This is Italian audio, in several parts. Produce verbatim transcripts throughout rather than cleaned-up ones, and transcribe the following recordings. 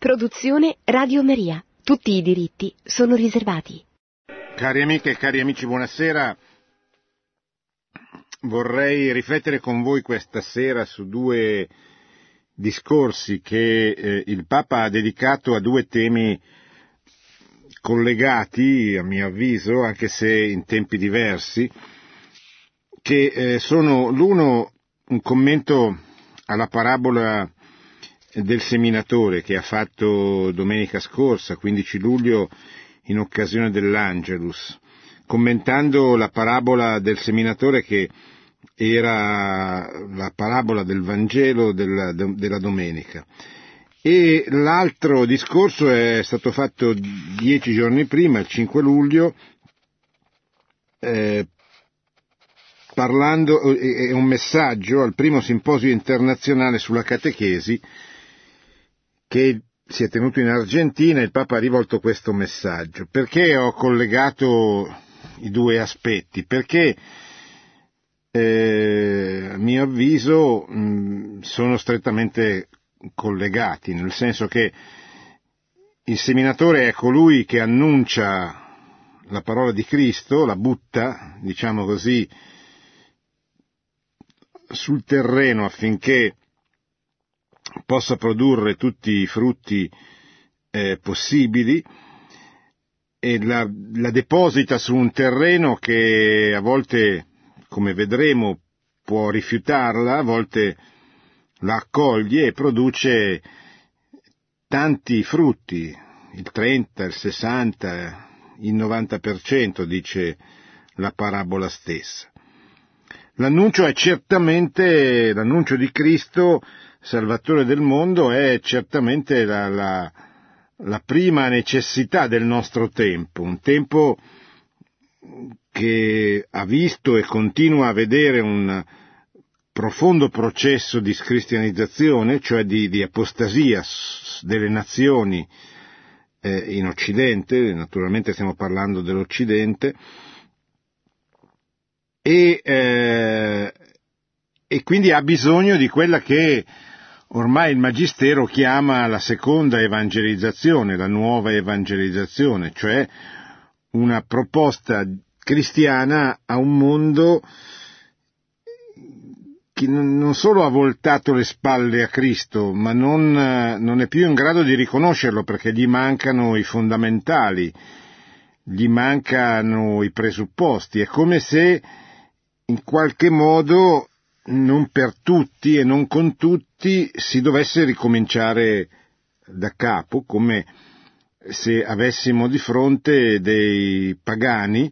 Produzione Radio Maria. Tutti i diritti sono riservati. Cari amiche e cari amici, buonasera. Vorrei riflettere con voi questa sera su due discorsi che eh, il Papa ha dedicato a due temi collegati, a mio avviso, anche se in tempi diversi, che eh, sono l'uno un commento alla parabola del seminatore che ha fatto domenica scorsa, quindici luglio, in occasione dell'Angelus, commentando la parabola del seminatore che era la parabola del Vangelo della, della domenica. E l'altro discorso è stato fatto dieci giorni prima, il cinque luglio, eh, parlando, è un messaggio al primo simposio internazionale sulla catechesi che si è tenuto in Argentina. Il Papa ha rivolto questo messaggio. Perché ho collegato i due aspetti? Perché eh, a mio avviso mh, sono strettamente collegati, nel senso che il seminatore è colui che annuncia la parola di Cristo, la butta, diciamo così, sul terreno affinché possa produrre tutti i frutti eh, possibili, e la, la deposita su un terreno che a volte, come vedremo, può rifiutarla, a volte la accoglie e produce tanti frutti, il trenta, il sessanta, il novanta per cento, dice la parabola stessa. L'annuncio è certamente, l'annuncio di Cristo, Salvatore del mondo, è certamente la, la, la prima necessità del nostro tempo, un tempo che ha visto e continua a vedere un profondo processo di scristianizzazione, cioè di, di apostasia delle nazioni eh, in Occidente, naturalmente stiamo parlando dell'Occidente, e, eh, e quindi ha bisogno di quella che ormai il Magistero chiama la seconda evangelizzazione, la nuova evangelizzazione, cioè una proposta cristiana a un mondo che non solo ha voltato le spalle a Cristo, ma non, non è più in grado di riconoscerlo perché gli mancano i fondamentali, gli mancano i presupposti. È come se in qualche modo, non per tutti e non con tutti, si dovesse ricominciare da capo, come se avessimo di fronte dei pagani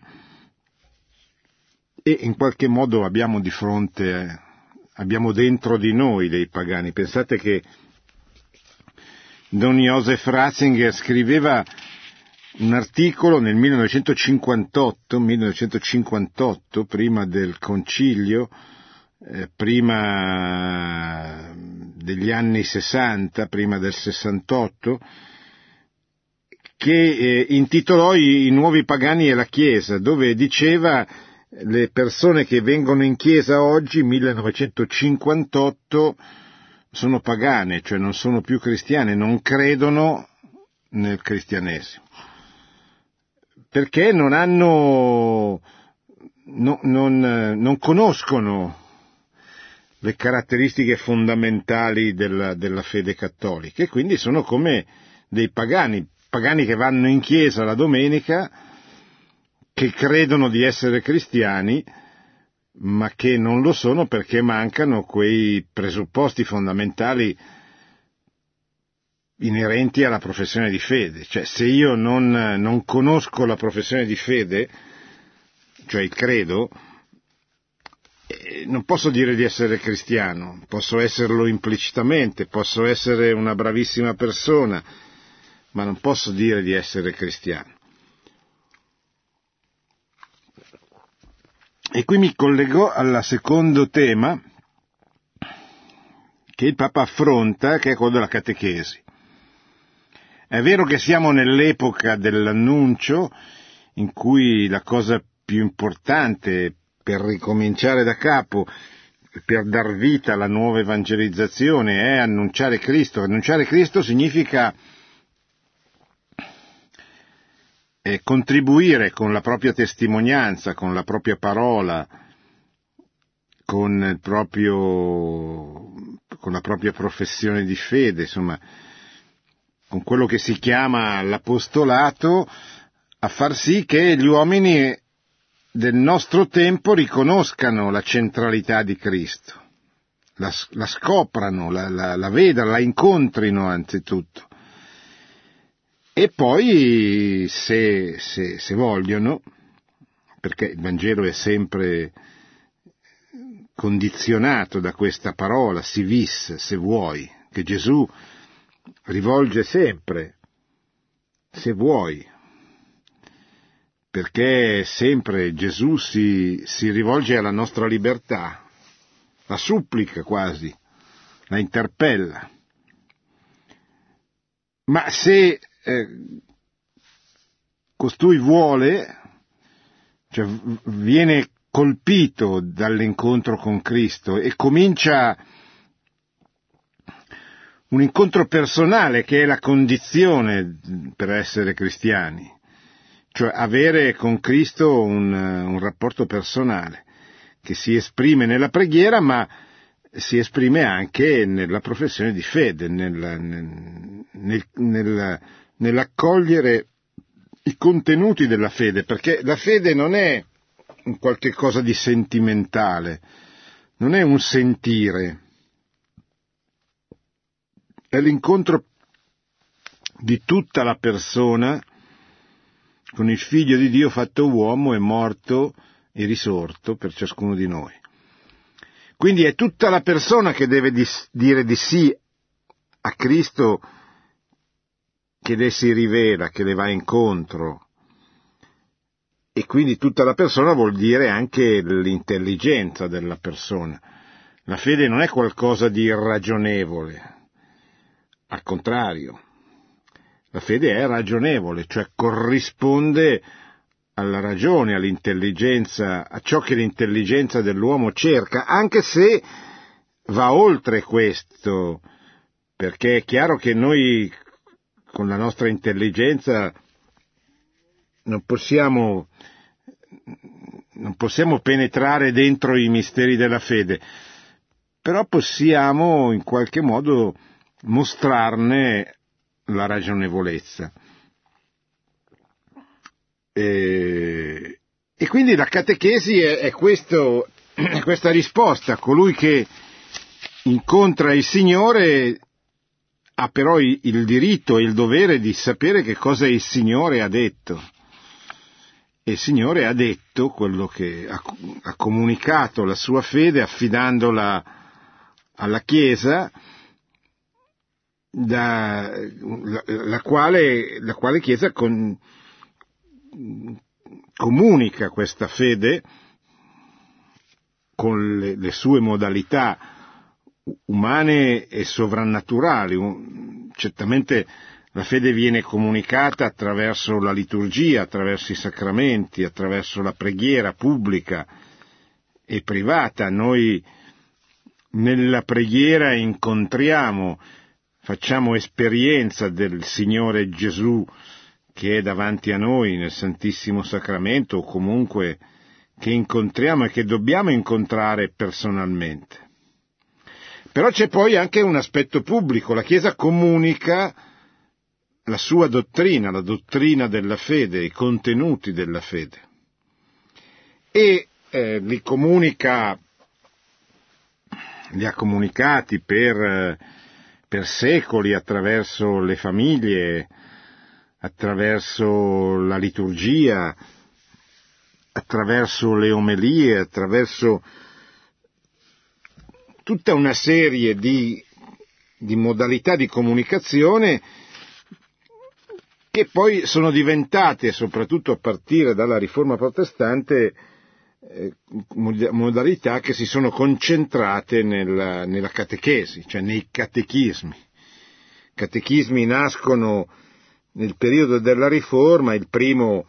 e in qualche modo abbiamo di fronte, abbiamo dentro di noi dei pagani. Pensate che Don Joseph Ratzinger scriveva un articolo nel millenovecentocinquantotto, millenovecentocinquantotto, prima del concilio, eh, prima degli anni sessanta, prima del sessantotto, che eh, intitolò I, I nuovi pagani e la Chiesa, dove diceva le persone che vengono in Chiesa oggi, millenovecentocinquantotto, sono pagane, cioè non sono più cristiane, non credono nel cristianesimo, perché non hanno, no, non, non conoscono le caratteristiche fondamentali della, della fede cattolica e quindi sono come dei pagani, pagani che vanno in chiesa la domenica, che credono di essere cristiani, ma che non lo sono perché mancano quei presupposti fondamentali inerenti alla professione di fede. Cioè, se io non, non conosco la professione di fede, cioè il credo, eh, non posso dire di essere cristiano, posso esserlo implicitamente, posso essere una bravissima persona, ma non posso dire di essere cristiano. E qui mi collego al secondo tema che il Papa affronta, che è quello della catechesi. È vero che siamo nell'epoca dell'annuncio, in cui la cosa più importante per ricominciare da capo, per dar vita alla nuova evangelizzazione, è annunciare Cristo. Annunciare Cristo significa eh, contribuire con la propria testimonianza, con la propria parola, con il proprio, con la propria professione di fede, insomma, con quello che si chiama l'apostolato, a far sì che gli uomini del nostro tempo riconoscano la centralità di Cristo, la, la scoprano, la, la, la vedano, la incontrino anzitutto. E poi, se, se, se vogliono, perché il Vangelo è sempre condizionato da questa parola, si vis, se vuoi, che Gesù rivolge sempre, se vuoi, perché sempre Gesù si, si rivolge alla nostra libertà, la supplica quasi, la interpella. Ma se eh, costui vuole, cioè viene colpito dall'incontro con Cristo e comincia un incontro personale che è la condizione per essere cristiani, cioè avere con Cristo un, un rapporto personale che si esprime nella preghiera, ma si esprime anche nella professione di fede, nel, nel, nel, nell'accogliere i contenuti della fede, perché la fede non è un qualche cosa di sentimentale, non è un sentire, è l'incontro di tutta la persona con il Figlio di Dio fatto uomo e morto e risorto per ciascuno di noi. Quindi è tutta la persona che deve dis- dire di sì a Cristo, che le si rivela, che le va incontro. E quindi tutta la persona vuol dire anche l'intelligenza della persona. La fede non è qualcosa di irragionevole, al contrario. La fede è ragionevole, cioè corrisponde alla ragione, all'intelligenza, a ciò che l'intelligenza dell'uomo cerca, anche se va oltre questo, perché è chiaro che noi con la nostra intelligenza non possiamo, non possiamo penetrare dentro i misteri della fede, però possiamo in qualche modo mostrarne la ragionevolezza. E, e quindi la catechesi è, è, questo, è questa risposta. Colui che incontra il Signore ha però il, il diritto e il dovere di sapere che cosa il Signore ha detto. E il Signore ha detto quello che ha, ha comunicato la sua fede affidandola alla Chiesa, da, la, la, quale, la quale Chiesa con, comunica questa fede con le, le sue modalità umane e sovrannaturali. Certamente la fede viene comunicata attraverso la liturgia, attraverso i sacramenti, attraverso la preghiera pubblica e privata. Noi nella preghiera incontriamo, facciamo esperienza del Signore Gesù che è davanti a noi nel Santissimo Sacramento, o comunque che incontriamo e che dobbiamo incontrare personalmente. Però c'è poi anche un aspetto pubblico. La Chiesa comunica la sua dottrina, la dottrina della fede, i contenuti della fede. E eh, li comunica, li ha comunicati per, per secoli attraverso le famiglie, attraverso la liturgia, attraverso le omelie, attraverso tutta una serie di, di modalità di comunicazione che poi sono diventate, soprattutto a partire dalla Riforma Protestante, eh, modalità che si sono concentrate nella, nella catechesi, cioè nei catechismi. I catechismi nascono nel periodo della Riforma, il primo,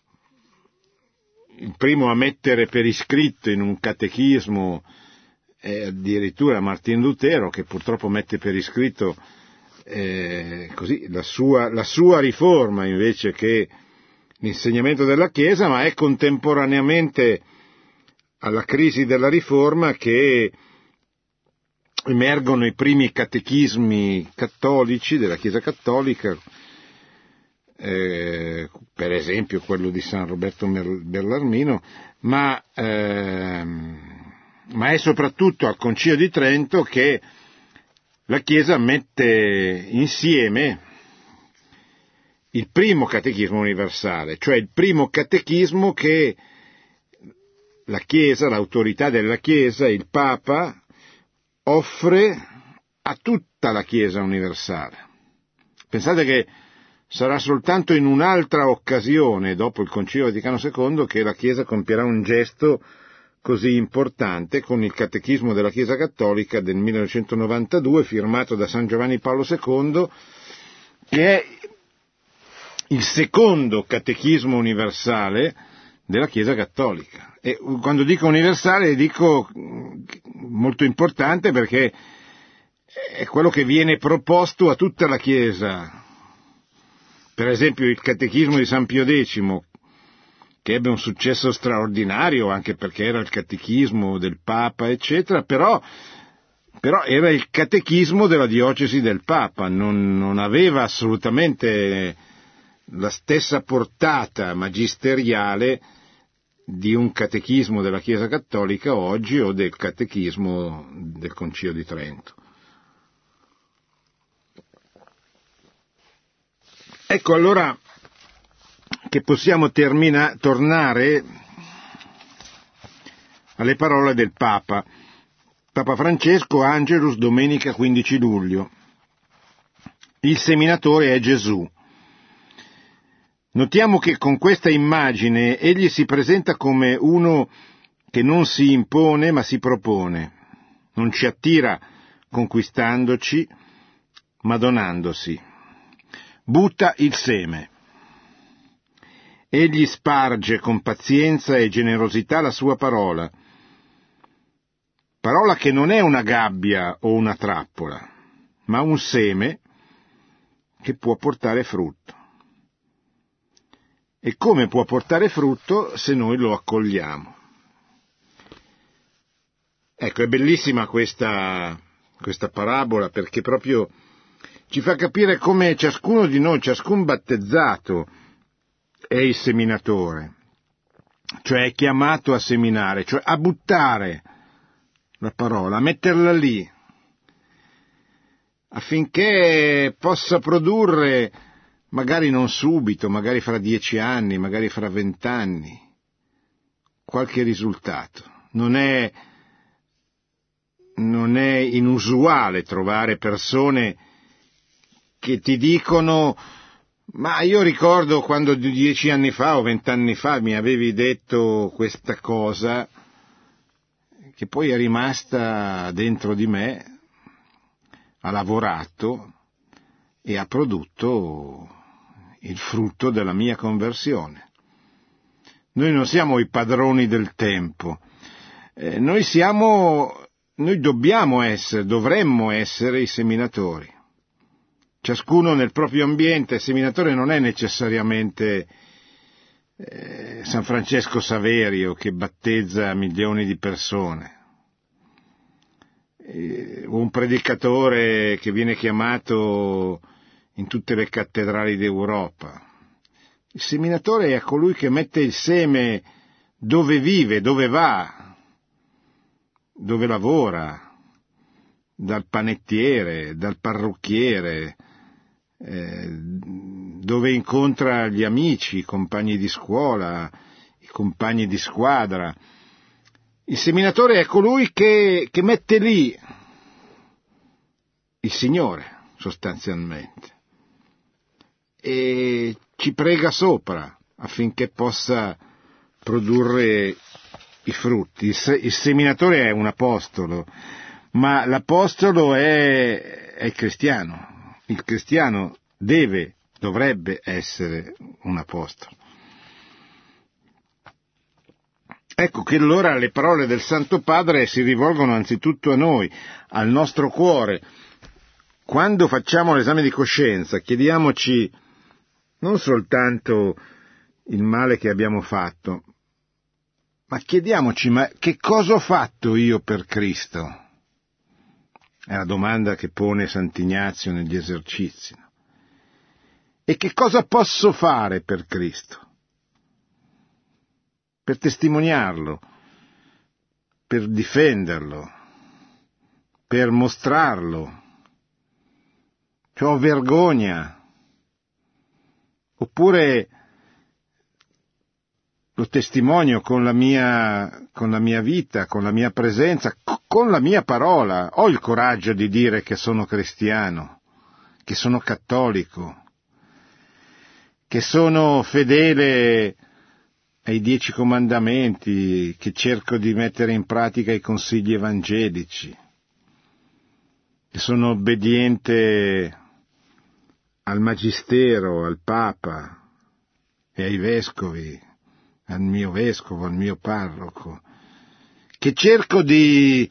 il primo a mettere per iscritto in un catechismo è addirittura Martin Lutero, che purtroppo mette per iscritto eh, così la sua, la sua riforma invece che l'insegnamento della Chiesa, ma è contemporaneamente alla crisi della Riforma che emergono i primi catechismi cattolici della Chiesa cattolica, eh, per esempio quello di San Roberto Bellarmino, ma, ehm, ma è soprattutto al Concilio di Trento che la Chiesa mette insieme il primo catechismo universale, cioè il primo catechismo che la Chiesa, l'autorità della Chiesa, il Papa, offre a tutta la Chiesa universale. Pensate che sarà soltanto in un'altra occasione, dopo il Concilio Vaticano secondo, che la Chiesa compierà un gesto così importante con il Catechismo della Chiesa Cattolica del millenovecentonovantadue, firmato da San Giovanni Paolo secondo, che è il secondo Catechismo universale della Chiesa Cattolica. E quando dico universale dico molto importante perché è quello che viene proposto a tutta la Chiesa. Per esempio il Catechismo di San Pio X, che ebbe un successo straordinario anche perché era il catechismo del Papa, eccetera, però, però era il catechismo della diocesi del Papa, non, non aveva assolutamente la stessa portata magisteriale di un catechismo della Chiesa Cattolica oggi o del catechismo del Concilio di Trento. Ecco allora che possiamo termina, tornare alle parole del Papa. Papa Francesco, Angelus, domenica quindici luglio. Il seminatore è Gesù. Notiamo che con questa immagine egli si presenta come uno che non si impone ma si propone, non ci attira conquistandoci ma donandosi. Butta il seme. Egli sparge con pazienza e generosità la sua parola, parola che non è una gabbia o una trappola, ma un seme che può portare frutto. E come può portare frutto se noi lo accogliamo? Ecco, è bellissima questa, questa parabola perché proprio ci fa capire come ciascuno di noi, ciascun battezzato, è il seminatore, cioè è chiamato a seminare, cioè a buttare la parola, a metterla lì, affinché possa produrre, magari non subito, magari fra dieci anni, magari fra vent'anni, qualche risultato. Non è, non è inusuale trovare persone che ti dicono: ma io ricordo quando dieci anni fa o vent'anni fa mi avevi detto questa cosa, che poi è rimasta dentro di me, ha lavorato e ha prodotto il frutto della mia conversione. Noi non siamo i padroni del tempo, eh, noi siamo, noi dobbiamo essere, dovremmo essere i seminatori. Ciascuno nel proprio ambiente. Seminatore non è necessariamente eh, San Francesco Saverio che battezza milioni di persone, eh, o un predicatore che viene chiamato in tutte le cattedrali d'Europa. Il seminatore è colui che mette il seme dove vive, dove va, dove lavora, dal panettiere, dal parrucchiere, Eh, dove incontra gli amici, i compagni di scuola, i compagni di squadra. Il seminatore è colui che, che mette lì il Signore, sostanzialmente, e ci prega sopra affinché possa produrre i frutti. Il, se, il seminatore è un apostolo, ma l'apostolo è, è il cristiano. Il cristiano deve, dovrebbe essere un apostolo. Ecco che allora le parole del Santo Padre si rivolgono anzitutto a noi, al nostro cuore. Quando facciamo l'esame di coscienza, chiediamoci non soltanto il male che abbiamo fatto, ma chiediamoci, ma che cosa ho fatto io per Cristo? È la domanda che pone Sant'Ignazio negli esercizi. E che cosa posso fare per Cristo? Per testimoniarlo, per difenderlo, per mostrarlo. C'ho vergogna. Oppure lo testimonio con la mia, con la mia vita, con la mia presenza, con la mia parola. Ho il coraggio di dire che sono cristiano, che sono cattolico, che sono fedele ai dieci comandamenti, che cerco di mettere in pratica i consigli evangelici, che sono obbediente al magistero, al Papa e ai vescovi, al mio vescovo, al mio parroco, che cerco di,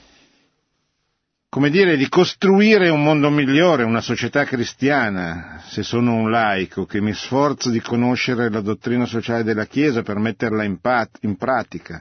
come dire, di costruire un mondo migliore, una società cristiana, se sono un laico, che mi sforzo di conoscere la dottrina sociale della Chiesa per metterla in, pat- in pratica,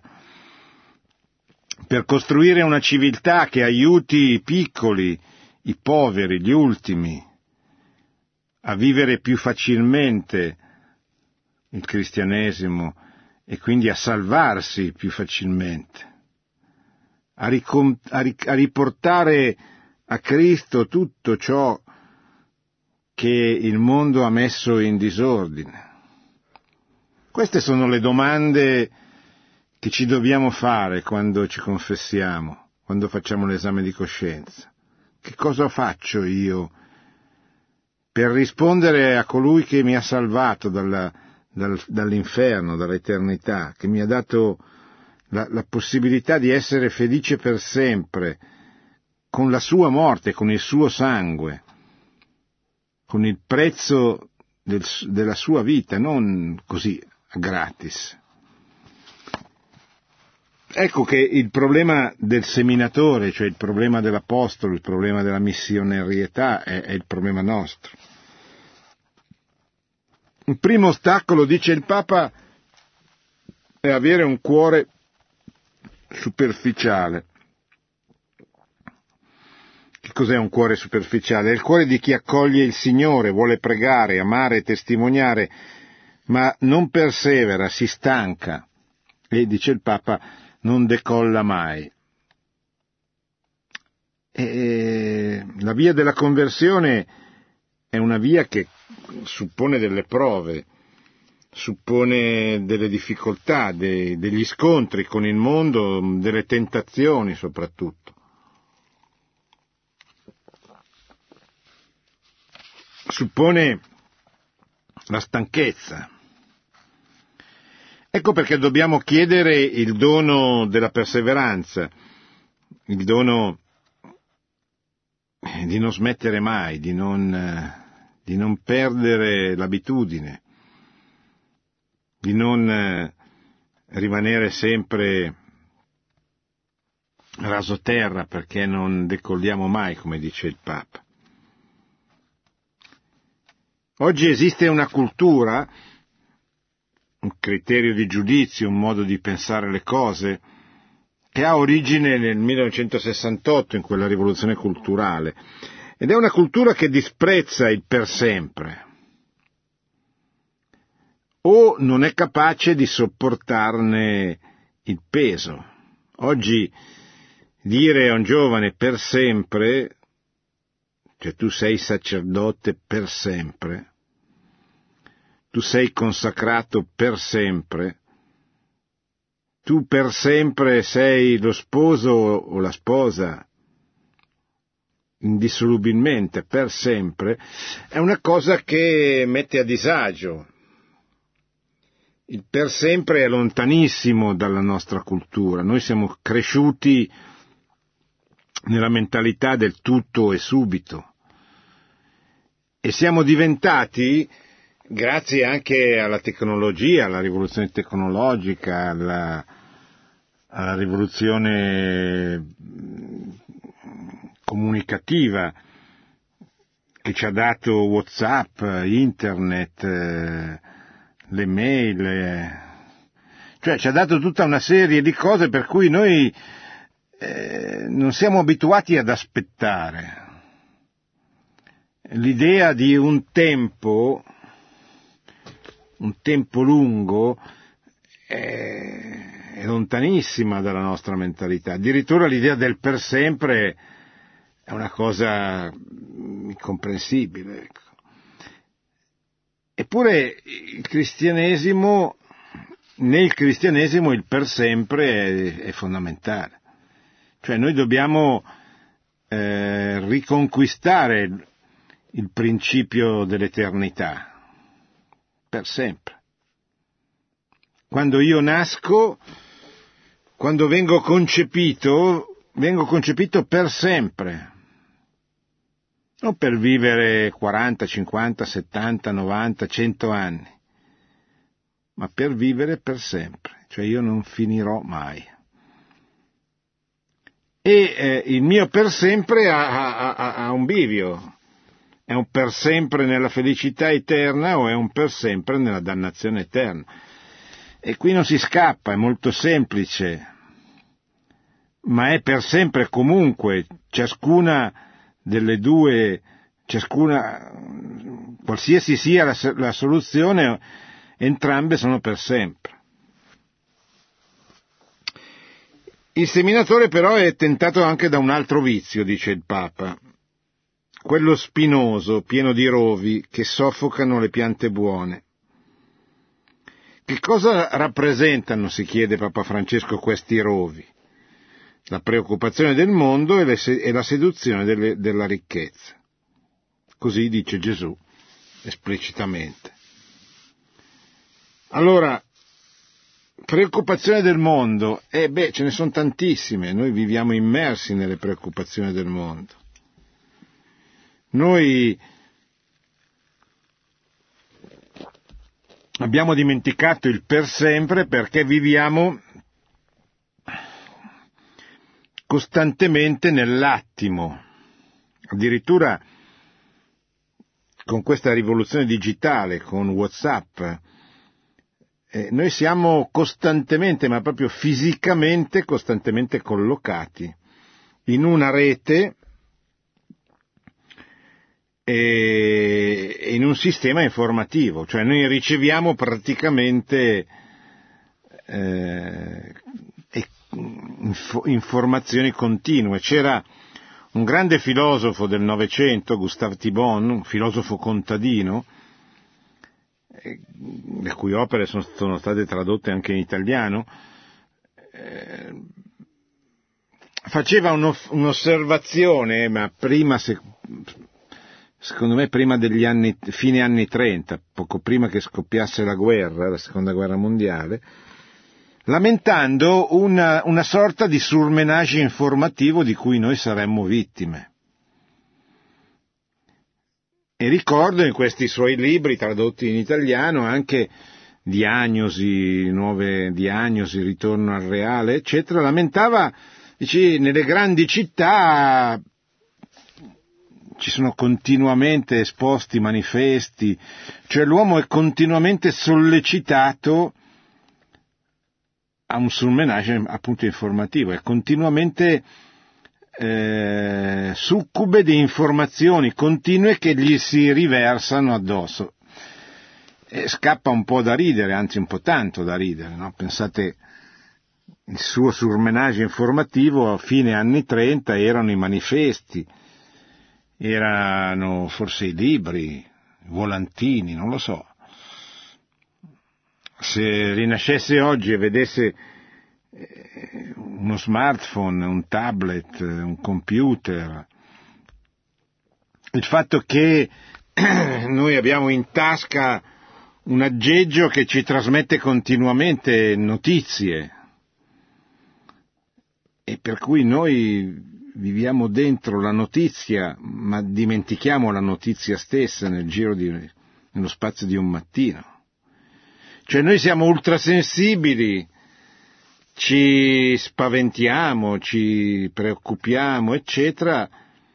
per costruire una civiltà che aiuti i piccoli, i poveri, gli ultimi, a vivere più facilmente il cristianesimo e quindi a salvarsi più facilmente, a, ricom- a, ri- a riportare a Cristo tutto ciò che il mondo ha messo in disordine. Queste sono le domande che ci dobbiamo fare quando ci confessiamo, quando facciamo l'esame di coscienza. Che cosa faccio io per rispondere a colui che mi ha salvato dalla, dal, dall'inferno, dall'eternità, che mi ha dato la, la possibilità di essere felice per sempre, con la sua morte, con il suo sangue, con il prezzo del, della sua vita, non così gratis. Ecco che il problema del seminatore, cioè il problema dell'apostolo, il problema della missionarietà è, è il problema nostro. Il primo ostacolo, dice il Papa, è avere un cuore superficiale. Che cos'è un cuore superficiale? È il cuore di chi accoglie il Signore, vuole pregare, amare, testimoniare, ma non persevera, si stanca e, dice il Papa, non decolla mai. E la via della conversione è una via che suppone delle prove, suppone delle difficoltà, de, degli scontri con il mondo, delle tentazioni soprattutto. Suppone la stanchezza. Ecco perché dobbiamo chiedere il dono della perseveranza, il dono di non smettere mai, di non, di non perdere l'abitudine, di non rimanere sempre rasoterra perché non decolliamo mai, come dice il Papa. Oggi esiste una cultura, un criterio di giudizio, un modo di pensare le cose, che ha origine nel millenovecentosessantotto, in quella rivoluzione culturale, ed è una cultura che disprezza il per sempre, o non è capace di sopportarne il peso. Oggi dire a un giovane per sempre, cioè tu sei sacerdote per sempre, tu sei consacrato per sempre, tu per sempre sei lo sposo o la sposa, indissolubilmente, per sempre, è una cosa che mette a disagio. Il per sempre è lontanissimo dalla nostra cultura. Noi siamo cresciuti nella mentalità del tutto e subito e siamo diventati, grazie anche alla tecnologia, alla rivoluzione tecnologica, alla, alla rivoluzione comunicativa che ci ha dato WhatsApp, Internet, le mail, le... cioè ci ha dato tutta una serie di cose per cui noi eh, non siamo abituati ad aspettare. L'idea di un tempo, un tempo lungo, è, è lontanissima dalla nostra mentalità. Addirittura l'idea del per sempre è una cosa incomprensibile. Ecco. Eppure il cristianesimo, nel cristianesimo il per sempre è, è fondamentale. Cioè noi dobbiamo eh, riconquistare il principio dell'eternità, per sempre. Quando io nasco, quando vengo concepito, vengo concepito per sempre. Non per vivere quaranta, cinquanta, settanta, novanta, cento anni, ma per vivere per sempre, cioè io non finirò mai. E eh, il mio per sempre ha, ha, ha un bivio. È un per sempre nella felicità eterna o è un per sempre nella dannazione eterna? E qui non si scappa, è molto semplice, ma è per sempre comunque, ciascuna delle due, ciascuna, qualsiasi sia la, la soluzione, entrambe sono per sempre. Il seminatore però è tentato anche da un altro vizio, dice il Papa, quello spinoso, pieno di rovi, che soffocano le piante buone. Che cosa rappresentano, si chiede Papa Francesco, questi rovi? La preoccupazione del mondo e, le, e la seduzione delle, della ricchezza. Così dice Gesù esplicitamente. Allora, preoccupazione del mondo, eh beh, ce ne sono tantissime, noi viviamo immersi nelle preoccupazioni del mondo. Noi abbiamo dimenticato il per sempre perché viviamo costantemente nell'attimo. Addirittura con questa rivoluzione digitale, con WhatsApp, eh, noi siamo costantemente, ma proprio fisicamente, costantemente collocati in una rete e in un sistema informativo, cioè noi riceviamo praticamente eh, informazioni continue. C'era un grande filosofo del Novecento, Gustave Thibon, un filosofo contadino, eh, le cui opere sono, sono state tradotte anche in italiano, eh, faceva un'osservazione, ma prima, se, secondo me prima degli anni, fine anni trenta, poco prima che scoppiasse la guerra, la seconda guerra mondiale, lamentando una, una sorta di surmenage informativo di cui noi saremmo vittime. E ricordo in questi suoi libri tradotti in italiano anche Diagnosi, Nuove Diagnosi, Ritorno al Reale, eccetera, lamentava, dice, nelle grandi città ci sono continuamente esposti manifesti, cioè l'uomo è continuamente sollecitato a un surmenage appunto informativo, è continuamente eh, succube di informazioni continue che gli si riversano addosso. E scappa un po' da ridere, anzi un po' tanto da ridere, no? Pensate, il suo surmenage informativo a fine anni trenta erano i manifesti, erano forse i libri, i volantini, non lo so. Se rinascesse oggi e vedesse uno smartphone, un tablet, un computer, il fatto che noi abbiamo in tasca un aggeggio che ci trasmette continuamente notizie e per cui noi viviamo dentro la notizia ma dimentichiamo la notizia stessa nel giro di, nello spazio di un mattino. Cioè noi siamo ultrasensibili, ci spaventiamo, ci preoccupiamo, eccetera,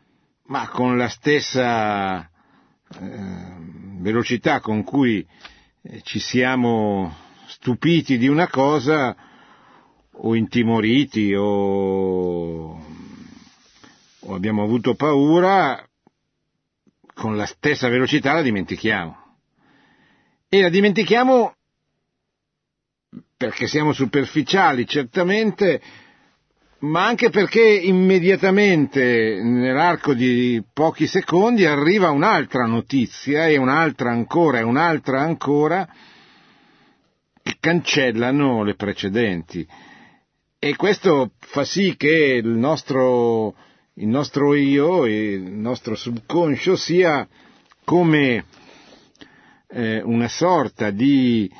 ma con la stessa eh, velocità con cui eh, ci siamo stupiti di una cosa o intimoriti o, o abbiamo avuto paura, con la stessa velocità la dimentichiamo. E la dimentichiamo perché siamo superficiali, certamente, ma anche perché immediatamente, nell'arco di pochi secondi, arriva un'altra notizia e un'altra ancora e un'altra ancora che cancellano le precedenti. E questo fa sì che il nostro, il nostro io, il nostro subconscio sia come eh, una sorta di,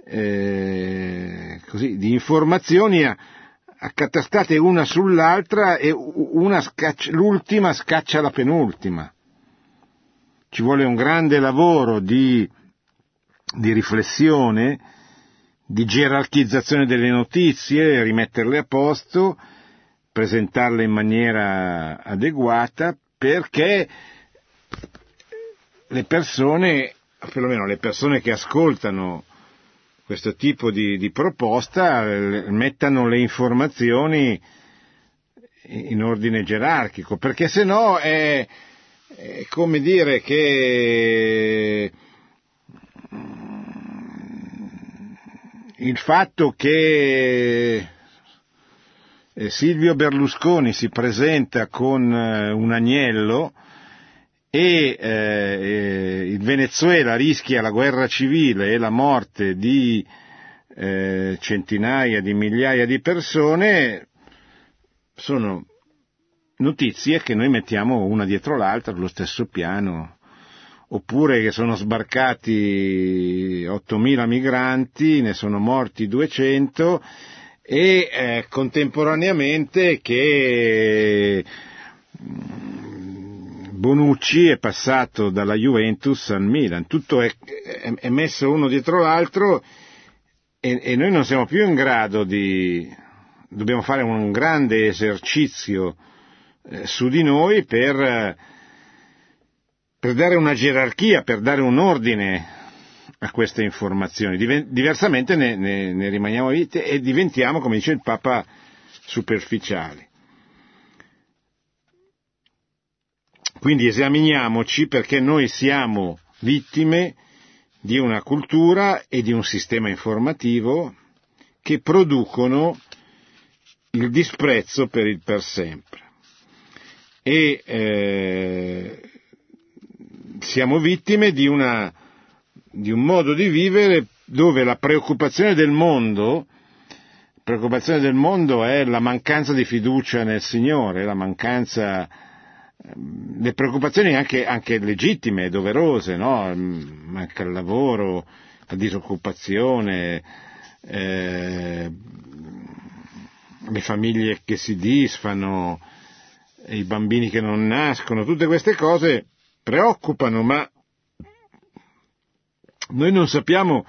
eh, così, di informazioni accatastate una sull'altra e una scaccia, l'ultima scaccia la penultima. Ci vuole un grande lavoro di, di riflessione, di gerarchizzazione delle notizie, rimetterle a posto, presentarle in maniera adeguata, perché le persone, perlomeno le persone che ascoltano questo tipo di, di proposta, mettano le informazioni in ordine gerarchico, perché se no è, è come dire che il fatto che Silvio Berlusconi si presenta con un agnello e eh, il Venezuela rischia la guerra civile e la morte di eh, centinaia di migliaia di persone sono notizie che noi mettiamo una dietro l'altra sullo stesso piano. Oppure che sono sbarcati ottomila migranti, ne sono morti duecento e eh, contemporaneamente che Bonucci è passato dalla Juventus al Milan. Tutto è, è, è messo uno dietro l'altro e, e noi non siamo più in grado di... dobbiamo fare un grande esercizio eh, su di noi per... per dare una gerarchia, per dare un ordine a queste informazioni. Diversamente ne, ne, ne rimaniamo vittime e diventiamo, come dice il Papa, superficiali. Quindi esaminiamoci, perché noi siamo vittime di una cultura e di un sistema informativo che producono il disprezzo per il per sempre. E eh, siamo vittime di, una, di un modo di vivere dove la preoccupazione del mondo, la preoccupazione del mondo è la mancanza di fiducia nel Signore, la mancanza, le preoccupazioni anche, anche legittime e doverose, no? Manca il lavoro, la disoccupazione, eh, le famiglie che si disfano, i bambini che non nascono, tutte queste cose preoccupano, ma noi non sappiamo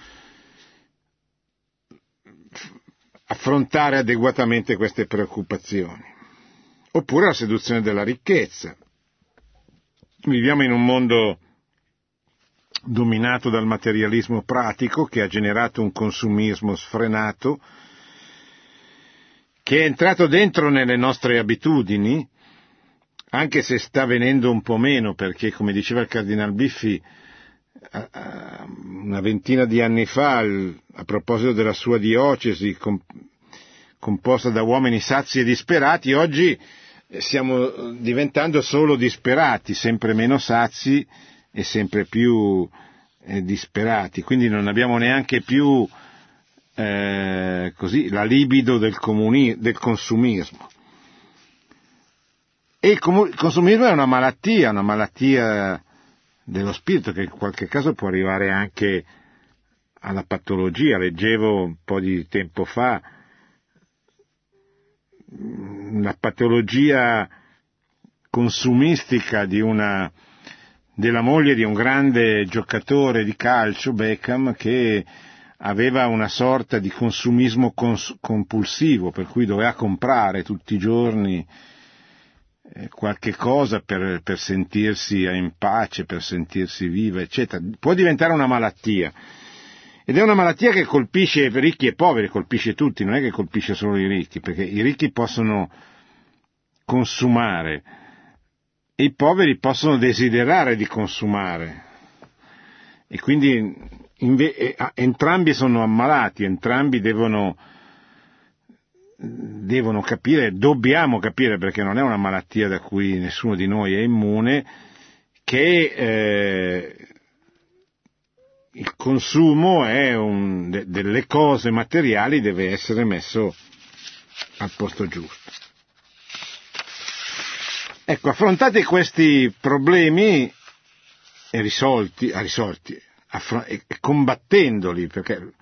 affrontare adeguatamente queste preoccupazioni. Oppure la seduzione della ricchezza. Viviamo in un mondo dominato dal materialismo pratico che ha generato un consumismo sfrenato, che è entrato dentro nelle nostre abitudini, anche se sta venendo un po' meno, perché, come diceva il Cardinal Biffi una ventina di anni fa, a proposito della sua diocesi composta da uomini sazi e disperati, oggi stiamo diventando solo disperati, sempre meno sazi e sempre più eh, disperati, quindi non abbiamo neanche più eh, così la libido del, comuni- del consumismo. E il, comu- il consumismo è una malattia, una malattia dello spirito che in qualche caso può arrivare anche alla patologia. Leggevo un po' di tempo fa una patologia consumistica di una, della moglie di un grande giocatore di calcio, Beckham, che aveva una sorta di consumismo cons- compulsivo, per cui doveva comprare tutti i giorni eh, qualche cosa per, per sentirsi in pace, per sentirsi viva, eccetera. Può diventare una malattia. Ed è una malattia che colpisce ricchi e poveri, colpisce tutti, non è che colpisce solo i ricchi, perché i ricchi possono consumare e i poveri possono desiderare di consumare. E quindi inve- entrambi sono ammalati, entrambi devono, devono capire, dobbiamo capire, perché non è una malattia da cui nessuno di noi è immune, che eh, il consumo è un, de, delle cose materiali deve essere messo al posto giusto. Ecco, affrontati questi problemi e risolti, ah, risolti affron- e combattendoli, perché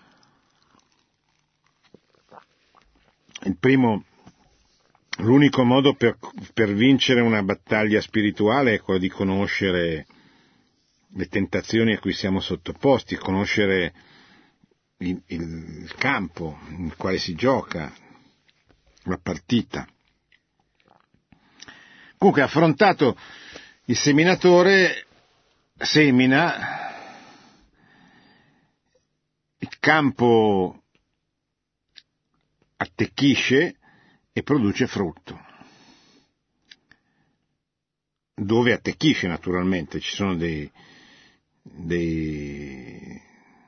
il primo, l'unico modo per, per vincere una battaglia spirituale è quello di conoscere le tentazioni a cui siamo sottoposti, conoscere il, il campo nel quale si gioca, la partita. Comunque, affrontato, il seminatore semina, il campo attecchisce e produce frutto. Dove attecchisce, naturalmente, ci sono dei Dei,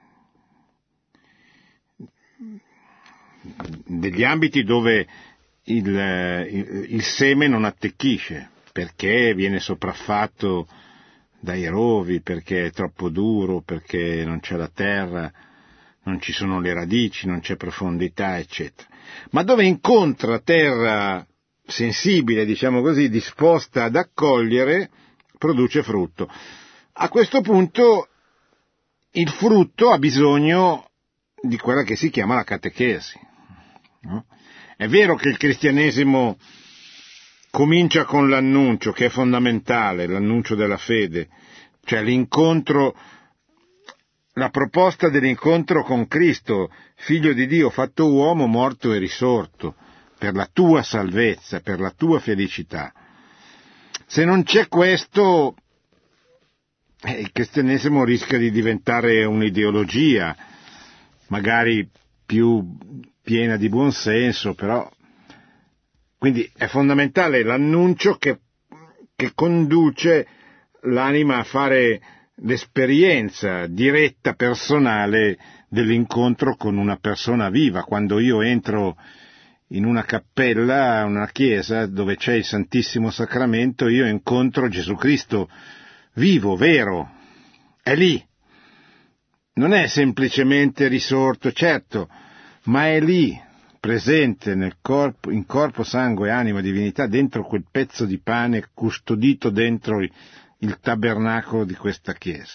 degli ambiti dove il, il, il seme non attecchisce, perché viene sopraffatto dai rovi, perché è troppo duro, perché non c'è la terra, non ci sono le radici, non c'è profondità, eccetera. Ma dove incontra terra sensibile, diciamo così, disposta ad accogliere, produce frutto. A questo punto il frutto ha bisogno di quella che si chiama la catechesi. No? È vero che il cristianesimo comincia con l'annuncio, che è fondamentale, l'annuncio della fede, cioè l'incontro, la proposta dell'incontro con Cristo, figlio di Dio, fatto uomo, morto e risorto, per la tua salvezza, per la tua felicità. Se non c'è questo, il cristianesimo rischia di diventare un'ideologia, magari più piena di buonsenso, però quindi è fondamentale l'annuncio che, che conduce l'anima a fare l'esperienza diretta, personale dell'incontro con una persona viva. Quando io entro in una cappella, una chiesa dove c'è il Santissimo Sacramento, io incontro Gesù Cristo vivo, vero, è lì. Non è semplicemente risorto, certo, ma è lì, presente nel corpo, in corpo, sangue, anima, divinità, dentro quel pezzo di pane custodito dentro il, il tabernacolo di questa chiesa.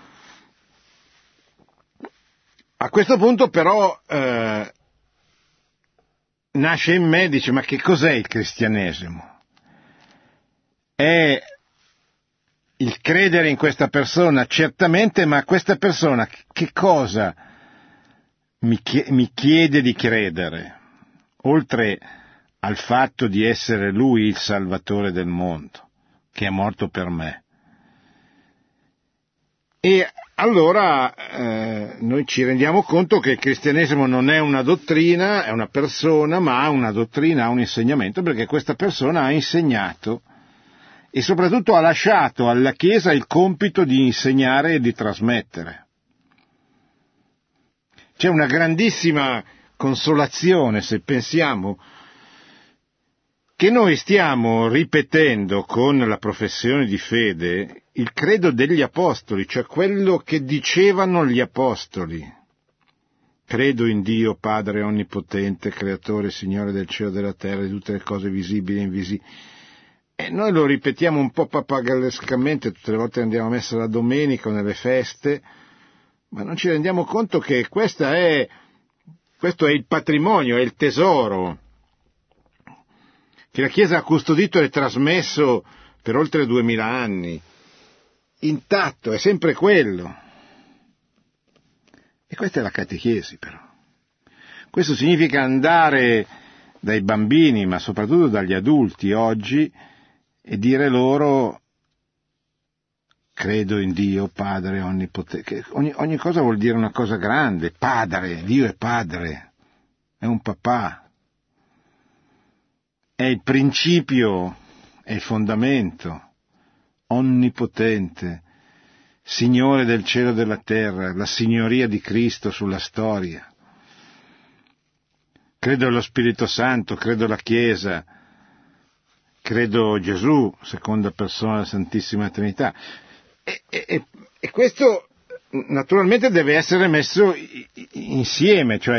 A questo punto però eh, nasce in me, dice, ma che cos'è il cristianesimo? È il credere in questa persona, certamente, ma questa persona che cosa mi chiede di credere, oltre al fatto di essere Lui il Salvatore del mondo, che è morto per me? E allora eh, noi ci rendiamo conto che il cristianesimo non è una dottrina, è una persona, ma ha una dottrina, ha un insegnamento, perché questa persona ha insegnato e soprattutto ha lasciato alla Chiesa il compito di insegnare e di trasmettere. C'è una grandissima consolazione se pensiamo che noi stiamo ripetendo con la professione di fede il credo degli apostoli, cioè quello che dicevano gli apostoli. Credo in Dio Padre Onnipotente, Creatore, Signore del cielo e della terra, di tutte le cose visibili e invisibili. E noi lo ripetiamo un po' papagallescamente tutte le volte che andiamo a messa la domenica o nelle feste, ma non ci rendiamo conto che questa è, questo è il patrimonio, è il tesoro che la Chiesa ha custodito e trasmesso per oltre duemila anni, intatto, è sempre quello. E questa è la catechesi, però. Questo significa andare dai bambini, ma soprattutto dagli adulti oggi, e dire loro: credo in Dio Padre onnipotente. Ogni, ogni cosa vuol dire una cosa grande. Padre, Dio è padre, è un papà, è il principio, è il fondamento, onnipotente, Signore del cielo e della terra, la signoria di Cristo sulla storia. Credo allo Spirito Santo, credo alla Chiesa, credo Gesù, seconda persona della Santissima Trinità. E, e, e questo naturalmente deve essere messo insieme, cioè,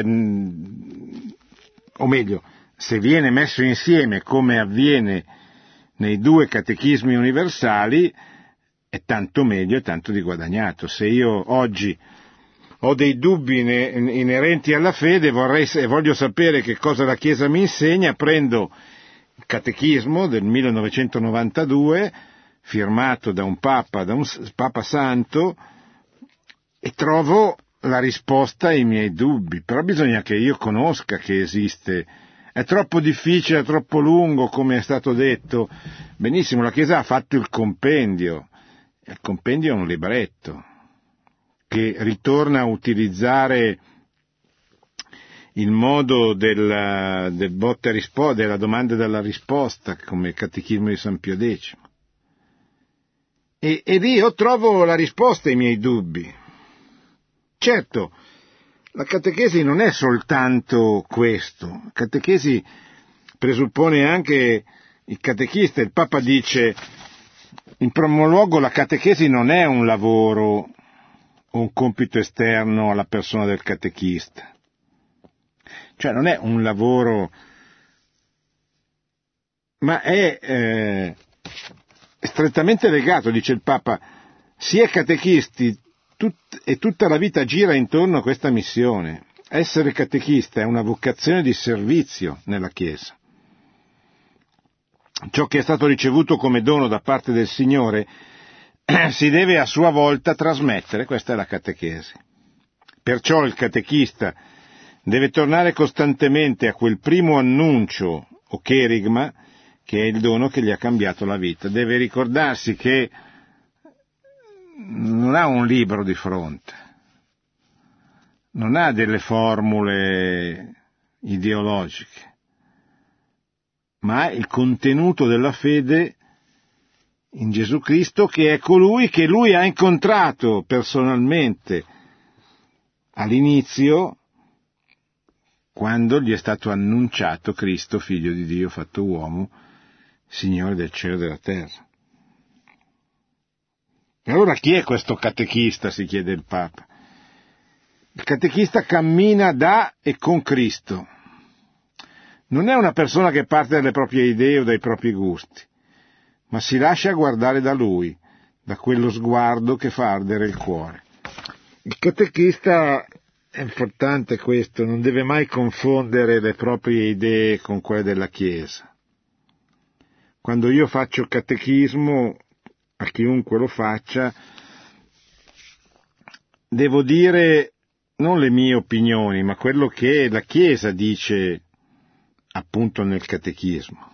o meglio, se viene messo insieme come avviene nei due catechismi universali, è tanto meglio e tanto di guadagnato. Se io oggi ho dei dubbi inerenti alla fede, vorrei, voglio sapere che cosa la Chiesa mi insegna, prendo il catechismo del millenovecentonovantadue, firmato da un Papa, da un Papa Santo, e trovo la risposta ai miei dubbi. Però bisogna che io conosca che esiste. È troppo difficile, è troppo lungo, come è stato detto. Benissimo, la Chiesa ha fatto il compendio. Il compendio è un libretto che ritorna a utilizzare il modo del, del botta e risposta, della domanda e della risposta, come il catechismo di San Pio X. E, ed io trovo la risposta ai miei dubbi. Certo, la catechesi non è soltanto questo. La catechesi presuppone anche il catechista. Il Papa dice, in primo luogo, la catechesi non è un lavoro o un compito esterno alla persona del catechista. Cioè non è un lavoro, ma è eh, strettamente legato, dice il Papa, si è catechisti tut- e tutta la vita gira intorno a questa missione. Essere catechista è una vocazione di servizio nella Chiesa. Ciò che è stato ricevuto come dono da parte del Signore si deve a sua volta trasmettere, questa è la catechesi. Perciò il catechista deve tornare costantemente a quel primo annuncio o cherigma che è il dono che gli ha cambiato la vita. Deve ricordarsi che non ha un libro di fronte, non ha delle formule ideologiche, ma il contenuto della fede in Gesù Cristo, che è colui che lui ha incontrato personalmente all'inizio, quando gli è stato annunciato Cristo, figlio di Dio fatto uomo, Signore del cielo e della terra. E allora chi è questo catechista, si chiede il Papa? Il catechista cammina da e con Cristo. Non è una persona che parte dalle proprie idee o dai propri gusti, ma si lascia guardare da Lui, da quello sguardo che fa ardere il cuore. Il catechista, è importante questo, non deve mai confondere le proprie idee con quelle della Chiesa. Quando io faccio catechismo, a chiunque lo faccia, devo dire non le mie opinioni, ma quello che la Chiesa dice appunto nel catechismo.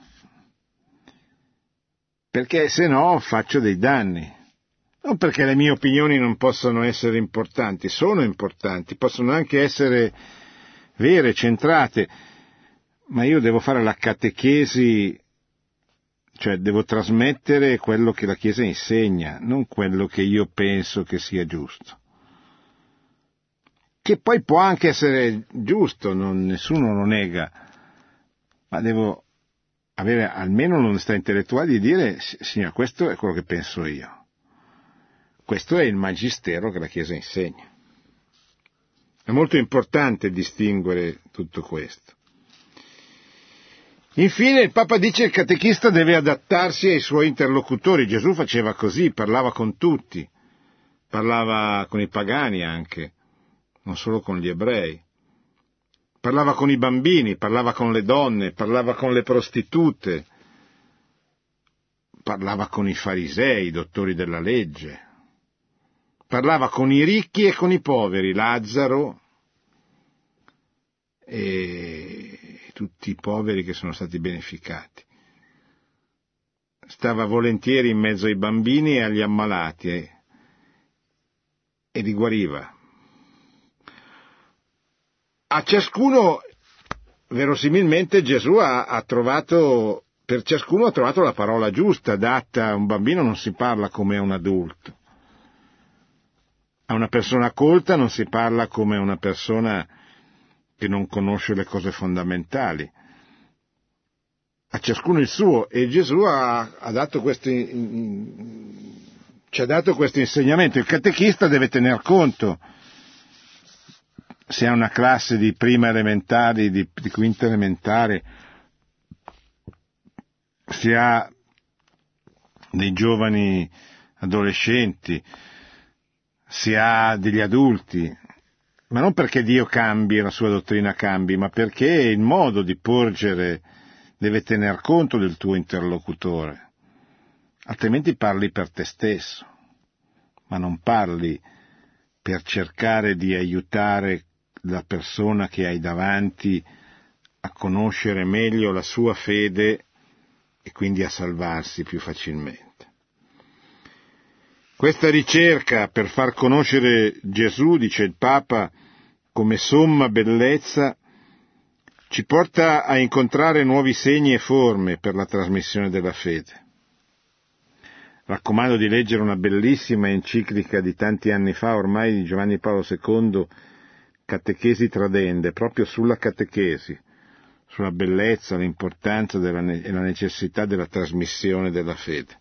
Perché se no faccio dei danni. Non perché le mie opinioni non possano essere importanti, sono importanti, possono anche essere vere, centrate, ma io devo fare la catechesi, cioè devo trasmettere quello che la Chiesa insegna, non quello che io penso che sia giusto. Che poi può anche essere giusto, non, nessuno lo nega, ma devo avere almeno l'onestà intellettuale di dire, signora, questo è quello che penso io. Questo è il magistero che la Chiesa insegna. È molto importante distinguere tutto questo. Infine il Papa dice che il catechista deve adattarsi ai suoi interlocutori. Gesù faceva così, parlava con tutti, parlava con i pagani anche, non solo con gli ebrei. Parlava con i bambini, parlava con le donne, parlava con le prostitute, parlava con i farisei, i dottori della legge, parlava con i ricchi e con i poveri, Lazzaro e tutti i poveri che sono stati beneficati. stava volentieri in mezzo ai bambini e agli ammalati e, e li guariva. A ciascuno, verosimilmente, Gesù ha, ha trovato, per ciascuno ha trovato la parola giusta, adatta. A un bambino non si parla come a un adulto. A una persona colta non si parla come a una persona che non conosce le cose fondamentali. A ciascuno il suo, e Gesù ha, ha dato questi, ci ha dato questo insegnamento. Il catechista deve tener conto, se ha una classe di prima elementare, di, di quinta elementare, se ha dei giovani adolescenti, se ha degli adulti, ma non perché Dio cambi, la sua dottrina cambi, ma perché il modo di porgere deve tener conto del tuo interlocutore, altrimenti parli per te stesso, ma non parli per cercare di aiutare la persona che hai davanti a conoscere meglio la sua fede e quindi a salvarsi più facilmente. Questa ricerca per far conoscere Gesù, dice il Papa, come somma bellezza, ci porta a incontrare nuovi segni e forme per la trasmissione della fede. Raccomando di leggere una bellissima enciclica di tanti anni fa, ormai di Giovanni Paolo secondo, Catechesi Tradende, proprio sulla catechesi, sulla bellezza, l'importanza della ne- e la necessità della trasmissione della fede.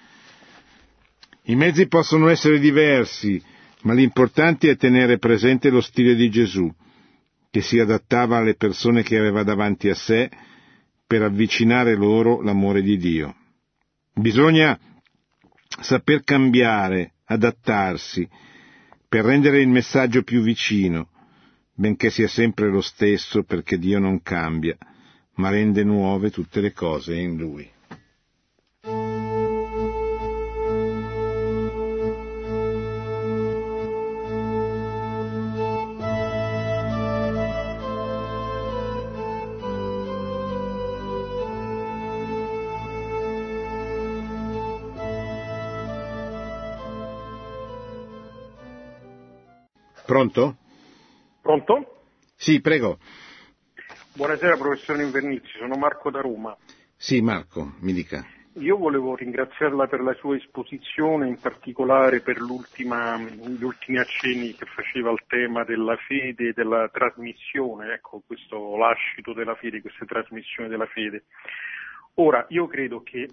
I mezzi possono essere diversi, ma l'importante è tenere presente lo stile di Gesù, che si adattava alle persone che aveva davanti a sé per avvicinare loro l'amore di Dio. Bisogna saper cambiare, adattarsi, per rendere il messaggio più vicino, benché sia sempre lo stesso, perché Dio non cambia, ma rende nuove tutte le cose in Lui. Pronto? Pronto? Sì, prego. Buonasera professore Invernizzi, sono Marco da Roma. Sì, Marco, mi dica. Io volevo ringraziarla per la sua esposizione, in particolare per l'ultima, gli ultimi accenni che faceva al tema della fede e della trasmissione, ecco, questo lascito della fede, questa trasmissione della fede. Ora, io credo che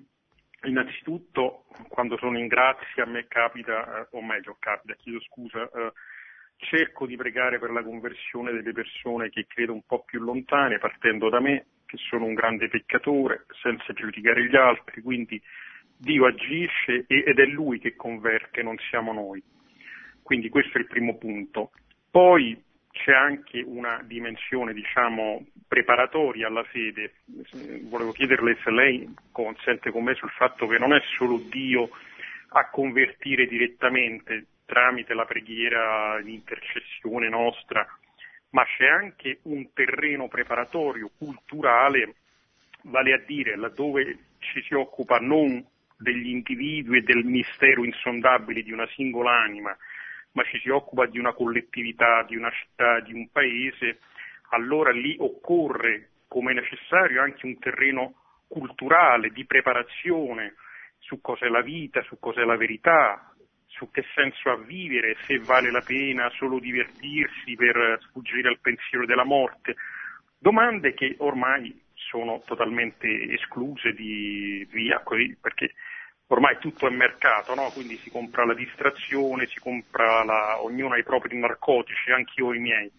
innanzitutto quando sono in grazia a me capita, o meglio capita, chiedo scusa, eh, cerco di pregare per la conversione delle persone che credo un po' più lontane, partendo da me, che sono un grande peccatore, senza giudicare gli altri, quindi Dio agisce ed è Lui che converte, non siamo noi. Quindi questo è il primo punto. Poi c'è anche una dimensione, diciamo, preparatoria alla fede. Volevo chiederle se lei consente con me sul fatto che non è solo Dio a convertire direttamente tramite la preghiera, l'intercessione nostra, ma c'è anche un terreno preparatorio culturale, vale a dire laddove ci si occupa non degli individui e del mistero insondabile di una singola anima, ma ci si occupa di una collettività, di una città, di un paese, allora lì occorre, come necessario, anche un terreno culturale di preparazione su cos'è la vita, su cos'è la verità, su che senso ha vivere, se vale la pena solo divertirsi per sfuggire al pensiero della morte. Domande che ormai sono totalmente escluse di via, così, perché ormai tutto è mercato, no? Quindi si compra la distrazione, si compra la... ognuno ha i propri narcotici, anch'io ho i miei.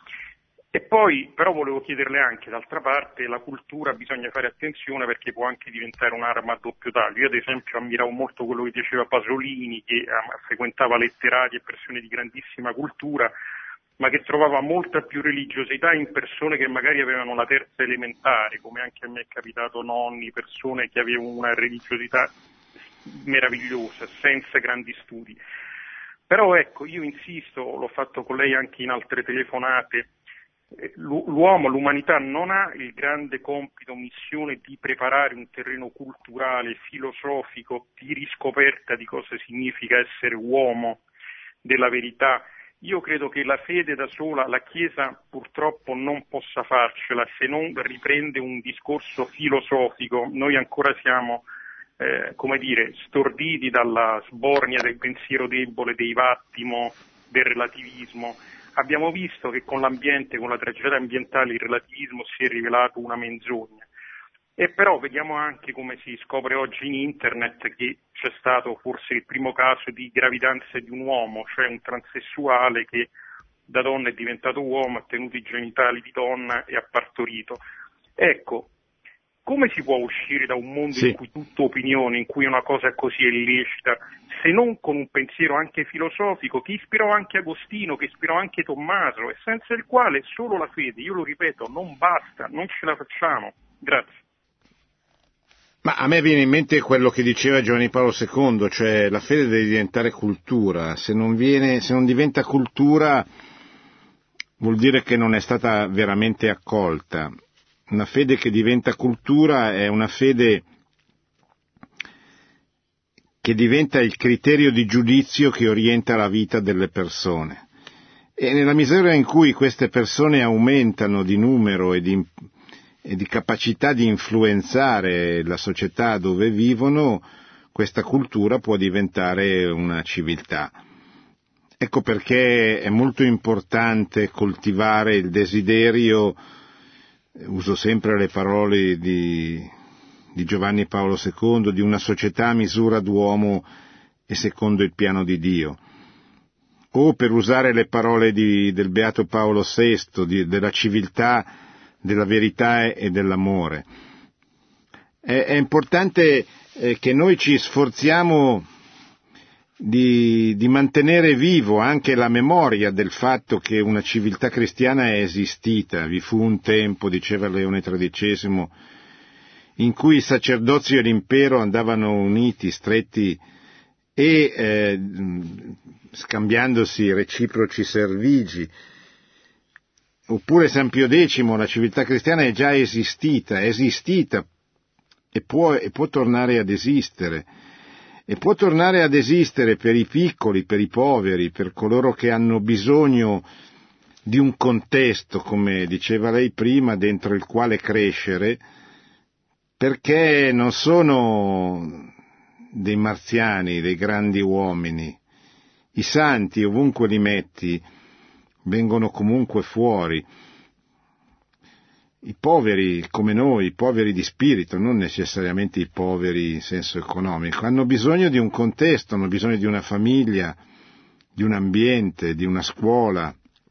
E poi però volevo chiederle anche, d'altra parte, la cultura bisogna fare attenzione perché può anche diventare un'arma a doppio taglio. Io ad esempio ammiravo molto quello che diceva Pasolini, che eh, frequentava letterati e persone di grandissima cultura, ma che trovava molta più religiosità in persone che magari avevano la terza elementare, come anche a me è capitato, nonni, persone che avevano una religiosità meravigliosa, senza grandi studi. Però ecco, io insisto, l'ho fatto con lei anche in altre telefonate, L'uomo, l'umanità non ha il grande compito, missione di preparare un terreno culturale, filosofico, di riscoperta di cosa significa essere uomo, della verità. Io credo che la fede da sola, la Chiesa purtroppo non possa farcela se non riprende un discorso filosofico. Noi ancora siamo, eh, come dire, storditi dalla sbornia del pensiero debole, dei vattimo, del relativismo. Abbiamo visto che con l'ambiente, con la tragedia ambientale, il relativismo si è rivelato una menzogna. E però vediamo anche, come si scopre oggi in internet, che c'è stato forse il primo caso di gravidanza di un uomo, cioè un transessuale che da donna è diventato uomo, ha tenuto i genitali di donna e ha partorito. Ecco, come si può uscire da un mondo sì. in cui tutto opinione, in cui una cosa così è illecita, se non con un pensiero anche filosofico che ispirò anche Agostino, che ispirò anche Tommaso, e senza il quale solo la fede, io lo ripeto, non basta, non ce la facciamo. Grazie. Ma a me viene in mente quello che diceva Giovanni Paolo secondo, cioè la fede deve diventare cultura. Se non viene, se non diventa cultura vuol dire che non è stata veramente accolta. Una fede che diventa cultura è una fede che diventa il criterio di giudizio che orienta la vita delle persone. E nella misura in cui queste persone aumentano di numero e di, e di capacità di influenzare la società dove vivono, questa cultura può diventare una civiltà. Ecco perché è molto importante coltivare il desiderio, uso sempre le parole di, di Giovanni Paolo secondo, di una società a misura d'uomo e secondo il piano di Dio. O, per usare le parole di, del Beato Paolo sesto, di, della civiltà, della verità e dell'amore. È, è importante eh, che noi ci sforziamo di, di mantenere vivo anche la memoria del fatto che una civiltà cristiana è esistita. Vi fu un tempo, diceva Leone tredicesimo, in cui il sacerdozio e l'impero andavano uniti, stretti e eh, scambiandosi reciproci servigi. Oppure San Pio decimo, la civiltà cristiana è già esistita, è esistita e può, e può tornare ad esistere. E può tornare ad esistere per i piccoli, per i poveri, per coloro che hanno bisogno di un contesto, come diceva lei prima, dentro il quale crescere, perché non sono dei marziani, dei grandi uomini. I santi, ovunque li metti, vengono comunque fuori. I poveri come noi, i poveri di spirito, non necessariamente i poveri in senso economico, hanno bisogno di un contesto, hanno bisogno di una famiglia, di un ambiente, di una scuola,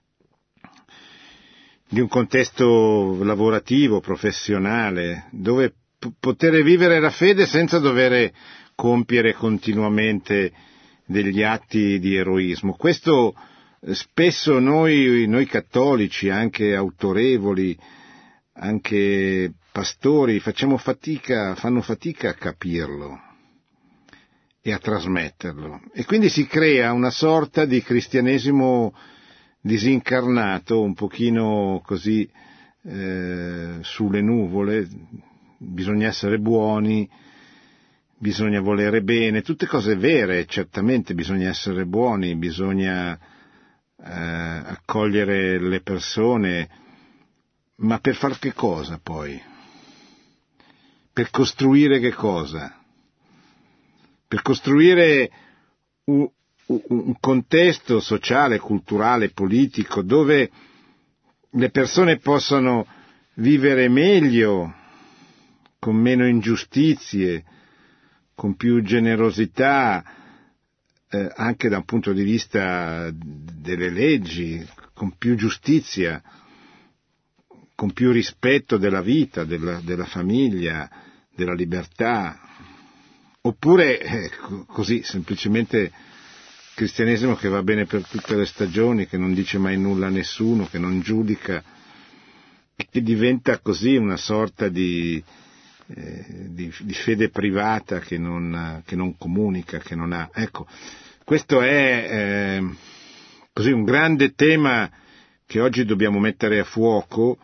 di un contesto lavorativo, professionale, dove p- poter vivere la fede senza dover compiere continuamente degli atti di eroismo. Questo spesso noi, noi cattolici, anche autorevoli, anche pastori, facciamo fatica, fanno fatica a capirlo e a trasmetterlo. E quindi si crea una sorta di cristianesimo disincarnato, un pochino così eh, sulle nuvole. Bisogna essere buoni, bisogna volere bene, tutte cose vere, certamente bisogna essere buoni, bisogna eh, accogliere le persone. Ma per far che cosa poi? Per costruire che cosa? Per costruire un, un contesto sociale, culturale, politico, dove le persone possano vivere meglio, con meno ingiustizie, con più generosità, eh, anche da un punto di vista delle leggi, con più giustizia, con più rispetto della vita, della, della famiglia, della libertà, oppure eh, così semplicemente cristianesimo che va bene per tutte le stagioni, che non dice mai nulla a nessuno, che non giudica, e che diventa così una sorta di, eh, di, di fede privata che non, che non comunica, che non ha. Ecco, questo è eh, così un grande tema che oggi dobbiamo mettere a fuoco,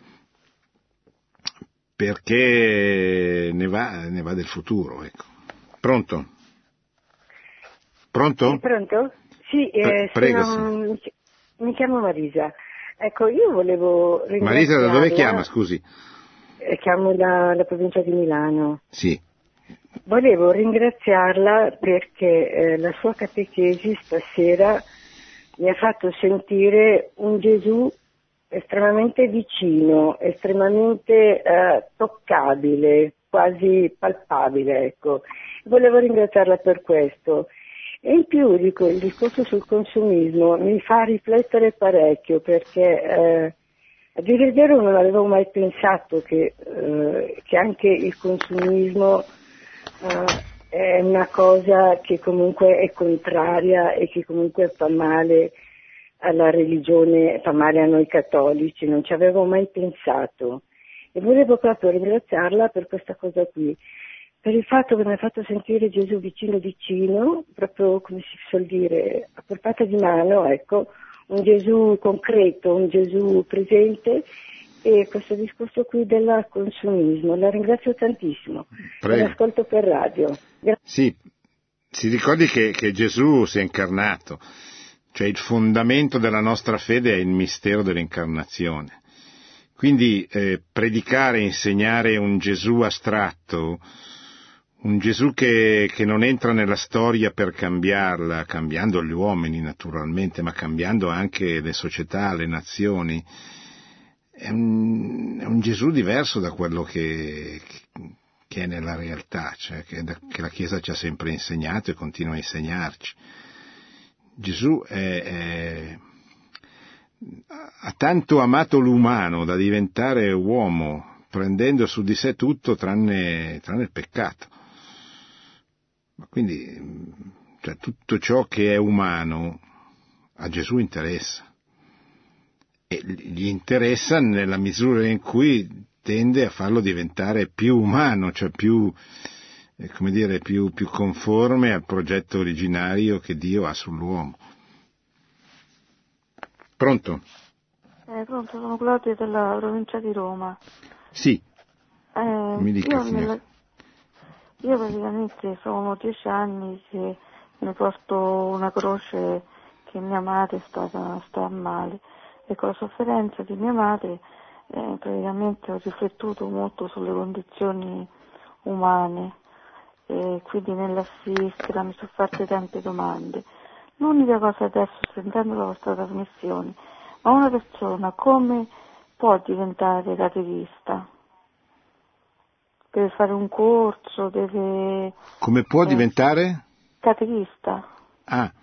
perché ne va, ne va del futuro, ecco. Pronto? Pronto? Sì, pronto? Sì, eh, Prego, sono, sì. Mi chiamo Marisa. Ecco, io volevo ringraziarla. Marisa, da dove chiama, scusi? Eh, chiamo da, da provincia di Milano. Sì. Volevo ringraziarla perché eh, la sua catechesi stasera mi ha fatto sentire un Gesù estremamente vicino, estremamente eh, toccabile, quasi palpabile, ecco. Volevo ringraziarla per questo. E in più dico, il discorso sul consumismo mi fa riflettere parecchio, perché eh, a dire il vero non avevo mai pensato che, eh, che anche il consumismo eh, è una cosa che comunque è contraria e che comunque fa male alla religione, fa male a noi cattolici, non ci avevo mai pensato. E volevo proprio ringraziarla per questa cosa qui, per il fatto che mi ha fatto sentire Gesù vicino vicino, proprio come si suol dire, a portata di mano, ecco, un Gesù concreto, un Gesù presente, e questo discorso qui del consumismo. La ringrazio tantissimo. Prego. L'ascolto per radio. Gra- sì, si ricordi che, che Gesù si è incarnato, cioè il fondamento della nostra fede è il mistero dell'incarnazione. Quindi eh, predicare e insegnare un Gesù astratto, un Gesù che, che non entra nella storia per cambiarla, cambiando gli uomini naturalmente, ma cambiando anche le società, le nazioni, è un, è un Gesù diverso da quello che, che è nella realtà, cioè che, che la Chiesa ci ha sempre insegnato e continua a insegnarci. Gesù è, è, ha tanto amato l'umano da diventare uomo, prendendo su di sé tutto tranne, tranne il peccato. Quindi, cioè, tutto ciò che è umano a Gesù interessa, e gli interessa nella misura in cui tende a farlo diventare più umano, cioè più, eh, come dire, più, più conforme al progetto originario che Dio ha sull'uomo. Pronto? Eh, pronto, sono Claudia della provincia di Roma. Sì, eh, mi dica, io, signora. nella... io praticamente sono dieci anni che mi porto una croce, che mia madre sta, sta male, e con la sofferenza di mia madre eh, praticamente ho riflettuto molto sulle condizioni umane, e quindi nell'assistere mi sono fatte tante domande. L'unica cosa adesso, sentendo la vostra trasmissione, ma una persona come può diventare catechista? Deve fare un corso, deve... Come può eh, diventare? Catechista. Ah.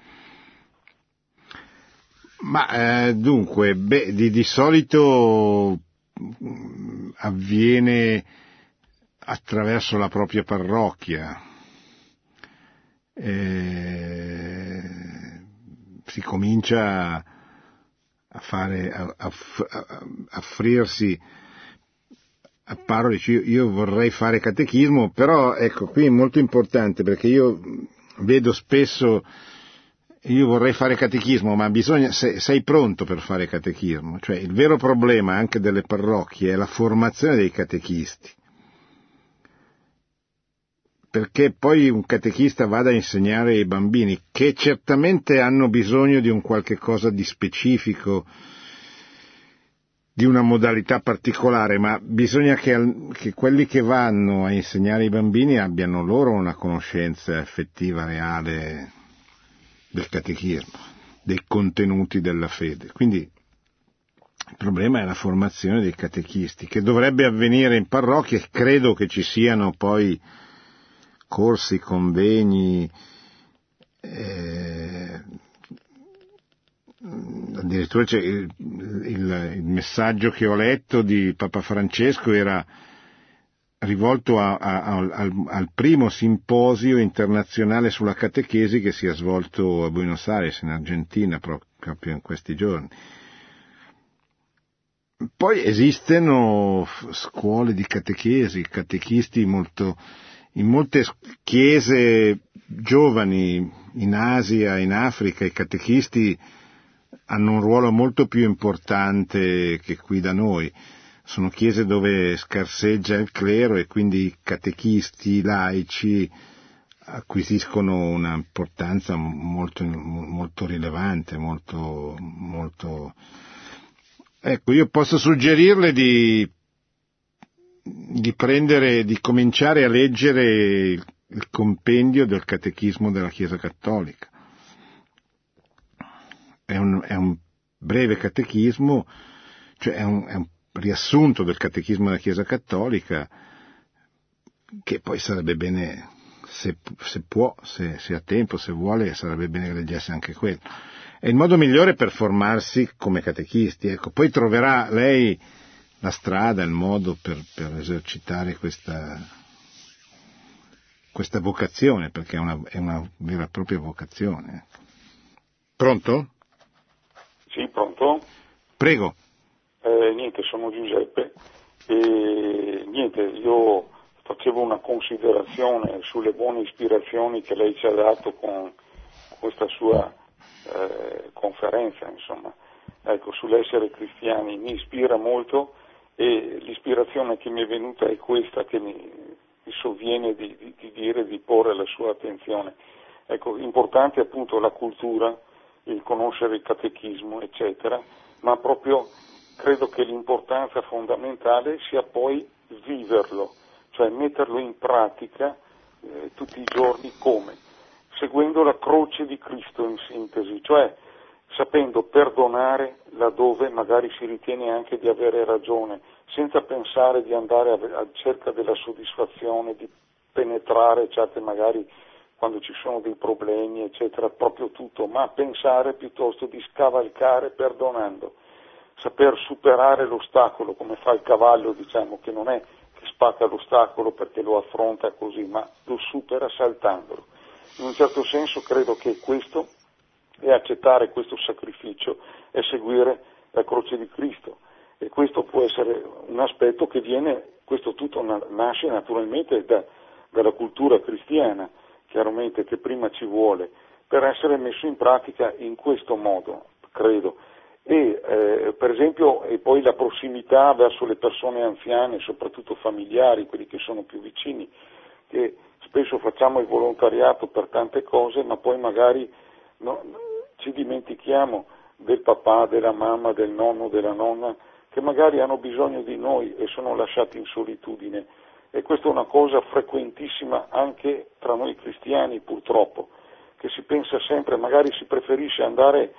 Ma eh, dunque, beh, di, di solito mh, avviene attraverso la propria parrocchia. Eh, si comincia a fare, a, a, a offrirsi a parole, io, io vorrei fare catechismo, però ecco, qui è molto importante, perché io vedo spesso, io vorrei fare catechismo, ma bisogna, se, sei pronto per fare catechismo? Cioè, il vero problema anche delle parrocchie è la formazione dei catechisti. Perché poi un catechista vada a insegnare ai bambini, che certamente hanno bisogno di un qualche cosa di specifico, di una modalità particolare, ma bisogna che, che quelli che vanno a insegnare ai bambini abbiano loro una conoscenza effettiva, reale del catechismo, dei contenuti della fede. Quindi il problema è la formazione dei catechisti, che dovrebbe avvenire in parrocchie. Credo che ci siano poi corsi, convegni, eh, addirittura c'è il, il, il messaggio che ho letto di Papa Francesco era rivolto a, a, a, al, al primo simposio internazionale sulla catechesi che si è svolto a Buenos Aires, in Argentina, proprio in questi giorni. Poi esistono scuole di catechesi, catechisti molto, in molte chiese giovani, in Asia, in Africa, i catechisti hanno un ruolo molto più importante che qui da noi. Sono chiese dove scarseggia il clero e quindi i catechisti laici acquisiscono un'importanza molto, molto rilevante, molto, molto... Ecco, io posso suggerirle di, di prendere, di cominciare a leggere il, il compendio del Catechismo della Chiesa Cattolica. È un, è un breve catechismo, cioè è un, è un riassunto del Catechismo della Chiesa Cattolica, che poi sarebbe bene, se, se può, se, se ha tempo, se vuole, sarebbe bene che leggesse anche quello. È il modo migliore per formarsi come catechisti. Ecco, poi troverà lei la strada, il modo per, per esercitare questa, questa vocazione, perché è una, è una vera e propria vocazione. Pronto? Sì, pronto? Prego. Eh, niente, sono Giuseppe e niente, io facevo una considerazione sulle buone ispirazioni che lei ci ha dato con questa sua eh, conferenza, insomma. Ecco, sull'essere cristiani mi ispira molto e l'ispirazione che mi è venuta è questa, che mi, mi sovviene di, di, di dire, di porre la sua attenzione. Ecco, importante appunto la cultura, il conoscere il catechismo, eccetera, ma proprio credo che l'importanza fondamentale sia poi viverlo, cioè metterlo in pratica eh, tutti i giorni come? Seguendo la croce di Cristo in sintesi, cioè sapendo perdonare laddove magari si ritiene anche di avere ragione, senza pensare di andare a, a cerca della soddisfazione, di penetrare certe magari quando ci sono dei problemi, eccetera, proprio tutto, ma pensare piuttosto di scavalcare perdonando. Saper superare l'ostacolo, come fa il cavallo, diciamo, che non è che spacca l'ostacolo perché lo affronta così, ma lo supera saltandolo. In un certo senso credo che questo è accettare questo sacrificio, è seguire la croce di Cristo. E questo può essere un aspetto che viene, questo tutto nasce naturalmente da, dalla cultura cristiana, chiaramente, che prima ci vuole, per essere messo in pratica in questo modo, credo. E eh, per esempio e poi la prossimità verso le persone anziane, soprattutto familiari, quelli che sono più vicini, che spesso facciamo il volontariato per tante cose, ma poi magari no, ci dimentichiamo del papà, della mamma, del nonno, della nonna, che magari hanno bisogno di noi e sono lasciati in solitudine. E questa è una cosa frequentissima anche tra noi cristiani, purtroppo, che si pensa sempre, magari si preferisce andare,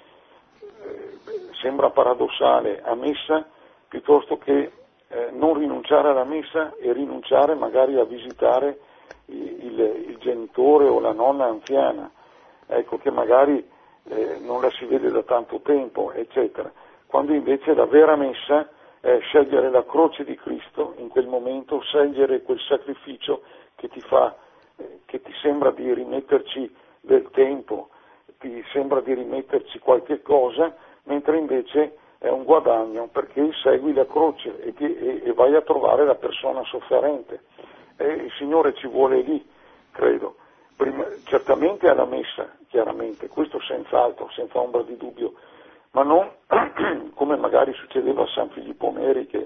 eh, sembra paradossale, a messa piuttosto che eh, non rinunciare alla messa e rinunciare magari a visitare il, il, il genitore o la nonna anziana, ecco, che magari eh, non la si vede da tanto tempo, eccetera, quando invece la vera messa è scegliere la croce di Cristo in quel momento, scegliere quel sacrificio che ti fa, eh, che ti sembra di rimetterci del tempo, ti sembra di rimetterci qualche cosa, mentre invece è un guadagno, perché segui la croce e, ti, e, e vai a trovare la persona sofferente. E il Signore ci vuole lì, credo. Prima, certamente alla messa, chiaramente, questo senz'altro, senza ombra di dubbio, ma non come magari succedeva a San Filippo Neri, che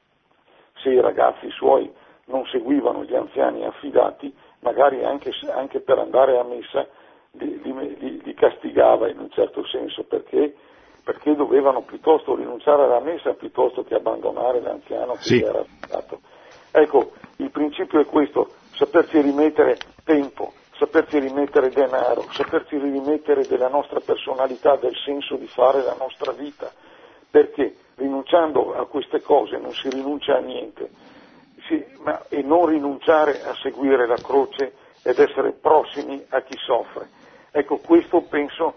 se i ragazzi suoi non seguivano gli anziani affidati, magari anche, anche per andare a messa li, li, li castigava in un certo senso, perché, perché dovevano piuttosto rinunciare alla messa piuttosto che abbandonare l'anziano che sì. gli era affidato. Ecco, il principio è questo, saperci rimettere tempo, saperci rimettere denaro, saperci rimettere della nostra personalità, del senso di fare la nostra vita, perché rinunciando a queste cose non si rinuncia a niente, sì, ma, e non rinunciare a seguire la croce ed essere prossimi a chi soffre. Ecco, questo penso,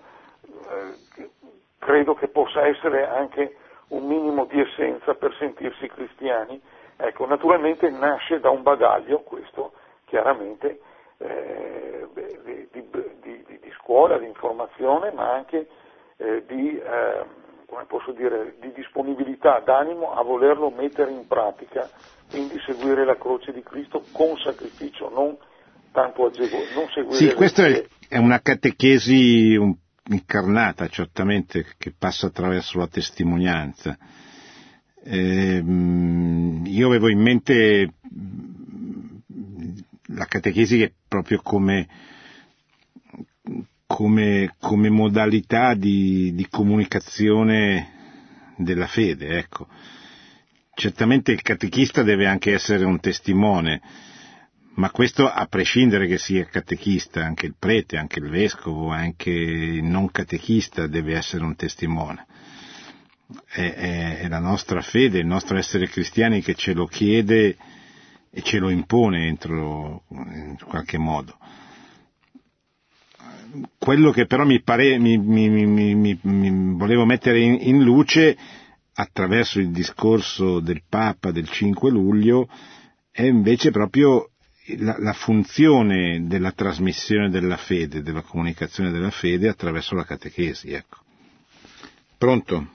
eh, credo che possa essere anche un minimo di essenza per sentirsi cristiani. Ecco, naturalmente nasce da un bagaglio, questo chiaramente, eh, di, di, di, di scuola, di informazione, ma anche eh, di, eh, come posso dire, di disponibilità d'animo a volerlo mettere in pratica, quindi seguire la croce di Cristo con sacrificio, non tanto agevole, non seguire. Sì, questa è, è una catechesi un incarnata, certamente, che passa attraverso la testimonianza. Eh, io avevo in mente la catechesi che proprio come, come, come modalità di, di comunicazione della fede, ecco. Certamente il catechista deve anche essere un testimone, ma questo a prescindere che sia catechista, anche il prete, anche il vescovo, anche il non catechista deve essere un testimone. È, è, è la nostra fede, il nostro essere cristiani che ce lo chiede e ce lo impone entro, in qualche modo. Quello che però mi pare, mi, mi, mi, mi, mi volevo mettere in, in luce attraverso il discorso del Papa del cinque luglio è invece proprio la, la funzione della trasmissione della fede, della comunicazione della fede attraverso la catechesi, ecco. Pronto?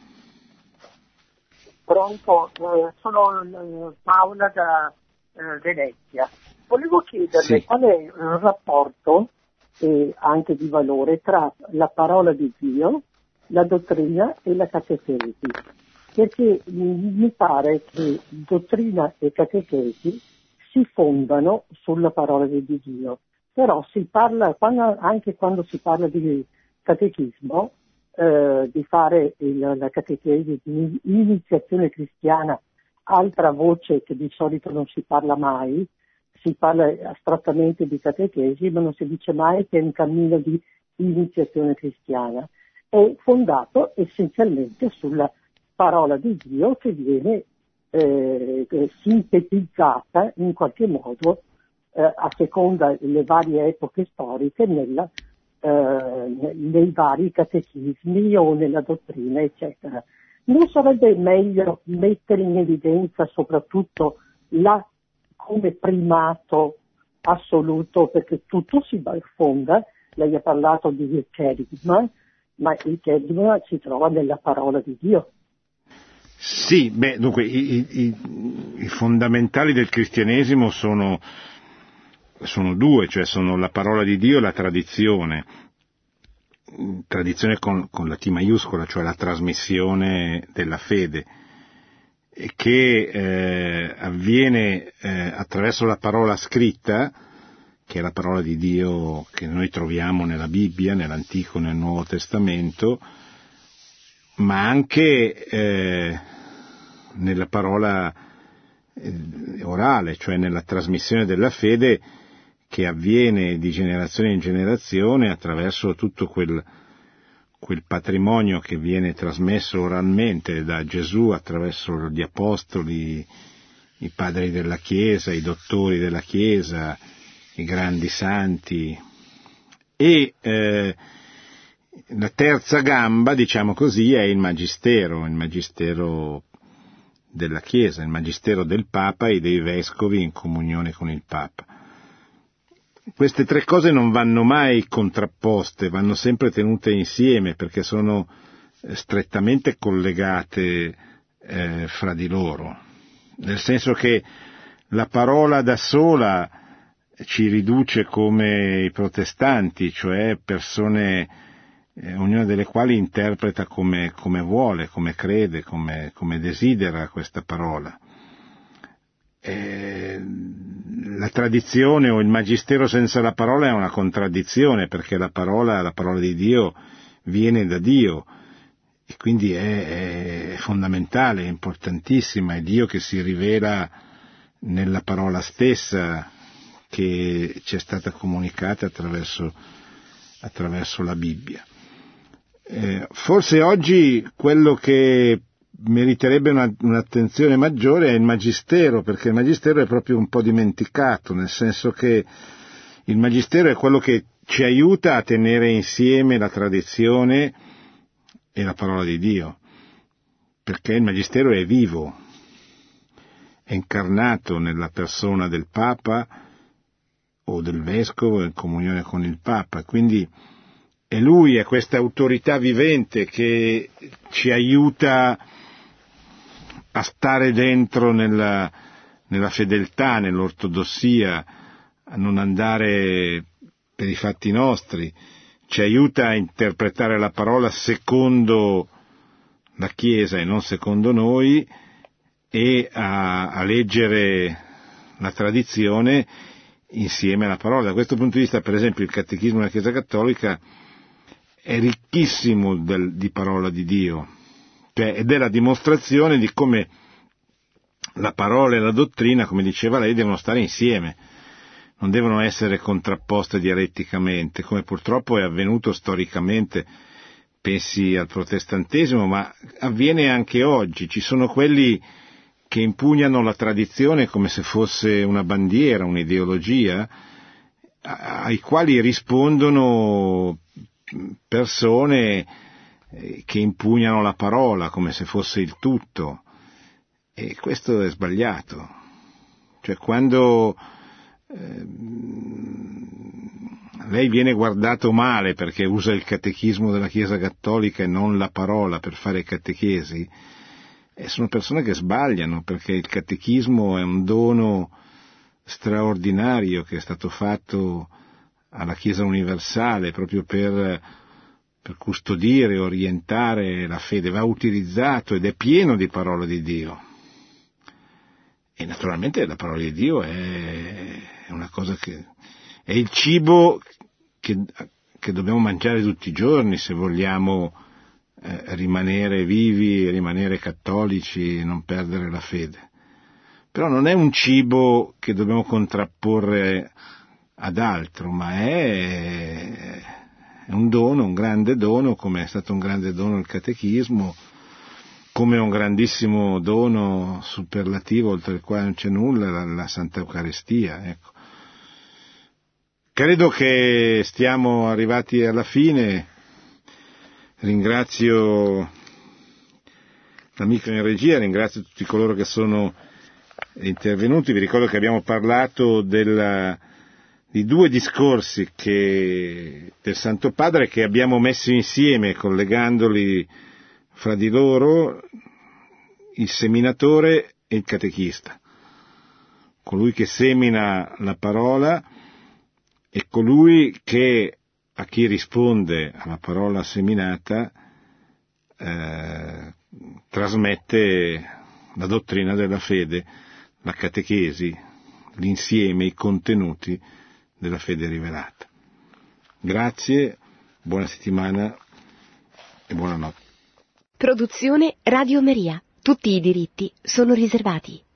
Pronto, eh, sono eh, Paola da eh, Venezia. Volevo chiederle sì. qual è il rapporto eh, anche di valore tra la parola di Dio, la dottrina e la catechesi. Perché mi pare che dottrina e catechesi si fondano sulla parola di Dio, però si parla, quando, anche quando si parla di catechismo, eh, di fare il, la catechesi di iniziazione cristiana, altra voce che di solito non si parla mai, si parla astrattamente di catechesi, ma non si dice mai che è un cammino di iniziazione cristiana, è fondato essenzialmente sulla parola di Dio che viene eh, sintetizzata in qualche modo eh, a seconda delle varie epoche storiche nella, eh, nei vari catechismi o nella dottrina, eccetera. Non sarebbe meglio mettere in evidenza soprattutto la come primato assoluto, perché tutto si fonda, lei ha parlato di cherigma, ma il cherigma si trova nella parola di Dio. Sì, beh, dunque, i, i, i fondamentali del cristianesimo sono, sono due, cioè sono la parola di Dio e la tradizione. Tradizione con, con la T maiuscola, cioè la trasmissione della fede, che eh, avviene eh, attraverso la parola scritta, che è la parola di Dio che noi troviamo nella Bibbia, nell'Antico e nel Nuovo Testamento, ma anche eh, nella parola eh, orale, cioè nella trasmissione della fede che avviene di generazione in generazione attraverso tutto quel, quel patrimonio che viene trasmesso oralmente da Gesù attraverso gli apostoli, i padri della Chiesa, i dottori della Chiesa, i grandi santi, e eh, la terza gamba, diciamo così, è il magistero, il magistero della Chiesa, il magistero del Papa e dei vescovi in comunione con il Papa. Queste tre cose non vanno mai contrapposte, vanno sempre tenute insieme perché sono strettamente collegate eh, fra di loro, nel senso che la parola da sola ci riduce come i protestanti, cioè persone, eh, ognuna delle quali interpreta come, come vuole, come crede, come, come desidera questa parola. Eh, la tradizione o il magistero senza la parola è una contraddizione, perché la parola, la parola di Dio viene da Dio e quindi è, è fondamentale, è importantissima, è Dio che si rivela nella parola stessa che ci è stata comunicata attraverso, attraverso la Bibbia. Eh, forse oggi quello che meriterebbe una, un'attenzione maggiore è il magistero, perché il magistero è proprio un po' dimenticato, nel senso che il magistero è quello che ci aiuta a tenere insieme la tradizione e la parola di Dio, perché il magistero è vivo, è incarnato nella persona del Papa o del Vescovo in comunione con il Papa, quindi è lui, è questa autorità vivente che ci aiuta a stare dentro nella, nella fedeltà, nell'ortodossia, a non andare per i fatti nostri, ci aiuta a interpretare la parola secondo la Chiesa e non secondo noi, e a, a leggere la tradizione insieme alla parola. Da questo punto di vista, per esempio, il Catechismo della Chiesa Cattolica è ricchissimo del, di parola di Dio, cioè, ed è la dimostrazione di come la parola e la dottrina, come diceva lei, devono stare insieme, non devono essere contrapposte dialetticamente, come purtroppo è avvenuto storicamente. Pensi al protestantesimo, ma avviene anche oggi. Ci sono quelli che impugnano la tradizione come se fosse una bandiera, un'ideologia, ai quali rispondono persone che impugnano la parola come se fosse il tutto, e questo è sbagliato. Cioè, quando eh, lei viene guardato male perché usa il catechismo della Chiesa Cattolica e non la parola per fare catechesi, e sono persone che sbagliano, perché il catechismo è un dono straordinario che è stato fatto alla Chiesa universale proprio per, per custodire, orientare la fede, va utilizzato ed è pieno di parola di Dio. E naturalmente la parola di Dio è una cosa che è il cibo che, che dobbiamo mangiare tutti i giorni se vogliamo eh, rimanere vivi, rimanere cattolici e non perdere la fede. Però non è un cibo che dobbiamo contrapporre ad altro, ma è, è un dono, un grande dono, come è stato un grande dono il catechismo, come un grandissimo dono superlativo, oltre il quale non c'è nulla, la, la Santa Eucaristia. Ecco. Credo che stiamo arrivati alla fine. Ringrazio l'amico in regia, ringrazio tutti coloro che sono intervenuti. Vi ricordo che abbiamo parlato della, di due discorsi che, del Santo Padre, che abbiamo messo insieme, collegandoli fra di loro, il seminatore e il catechista, colui che semina la parola e colui che, a chi risponde alla parola seminata, eh, trasmette la dottrina della fede, la catechesi, l'insieme, i contenuti della fede rivelata. Grazie, buona settimana e buonanotte. Produzione Radio Maria. Tutti i diritti sono riservati.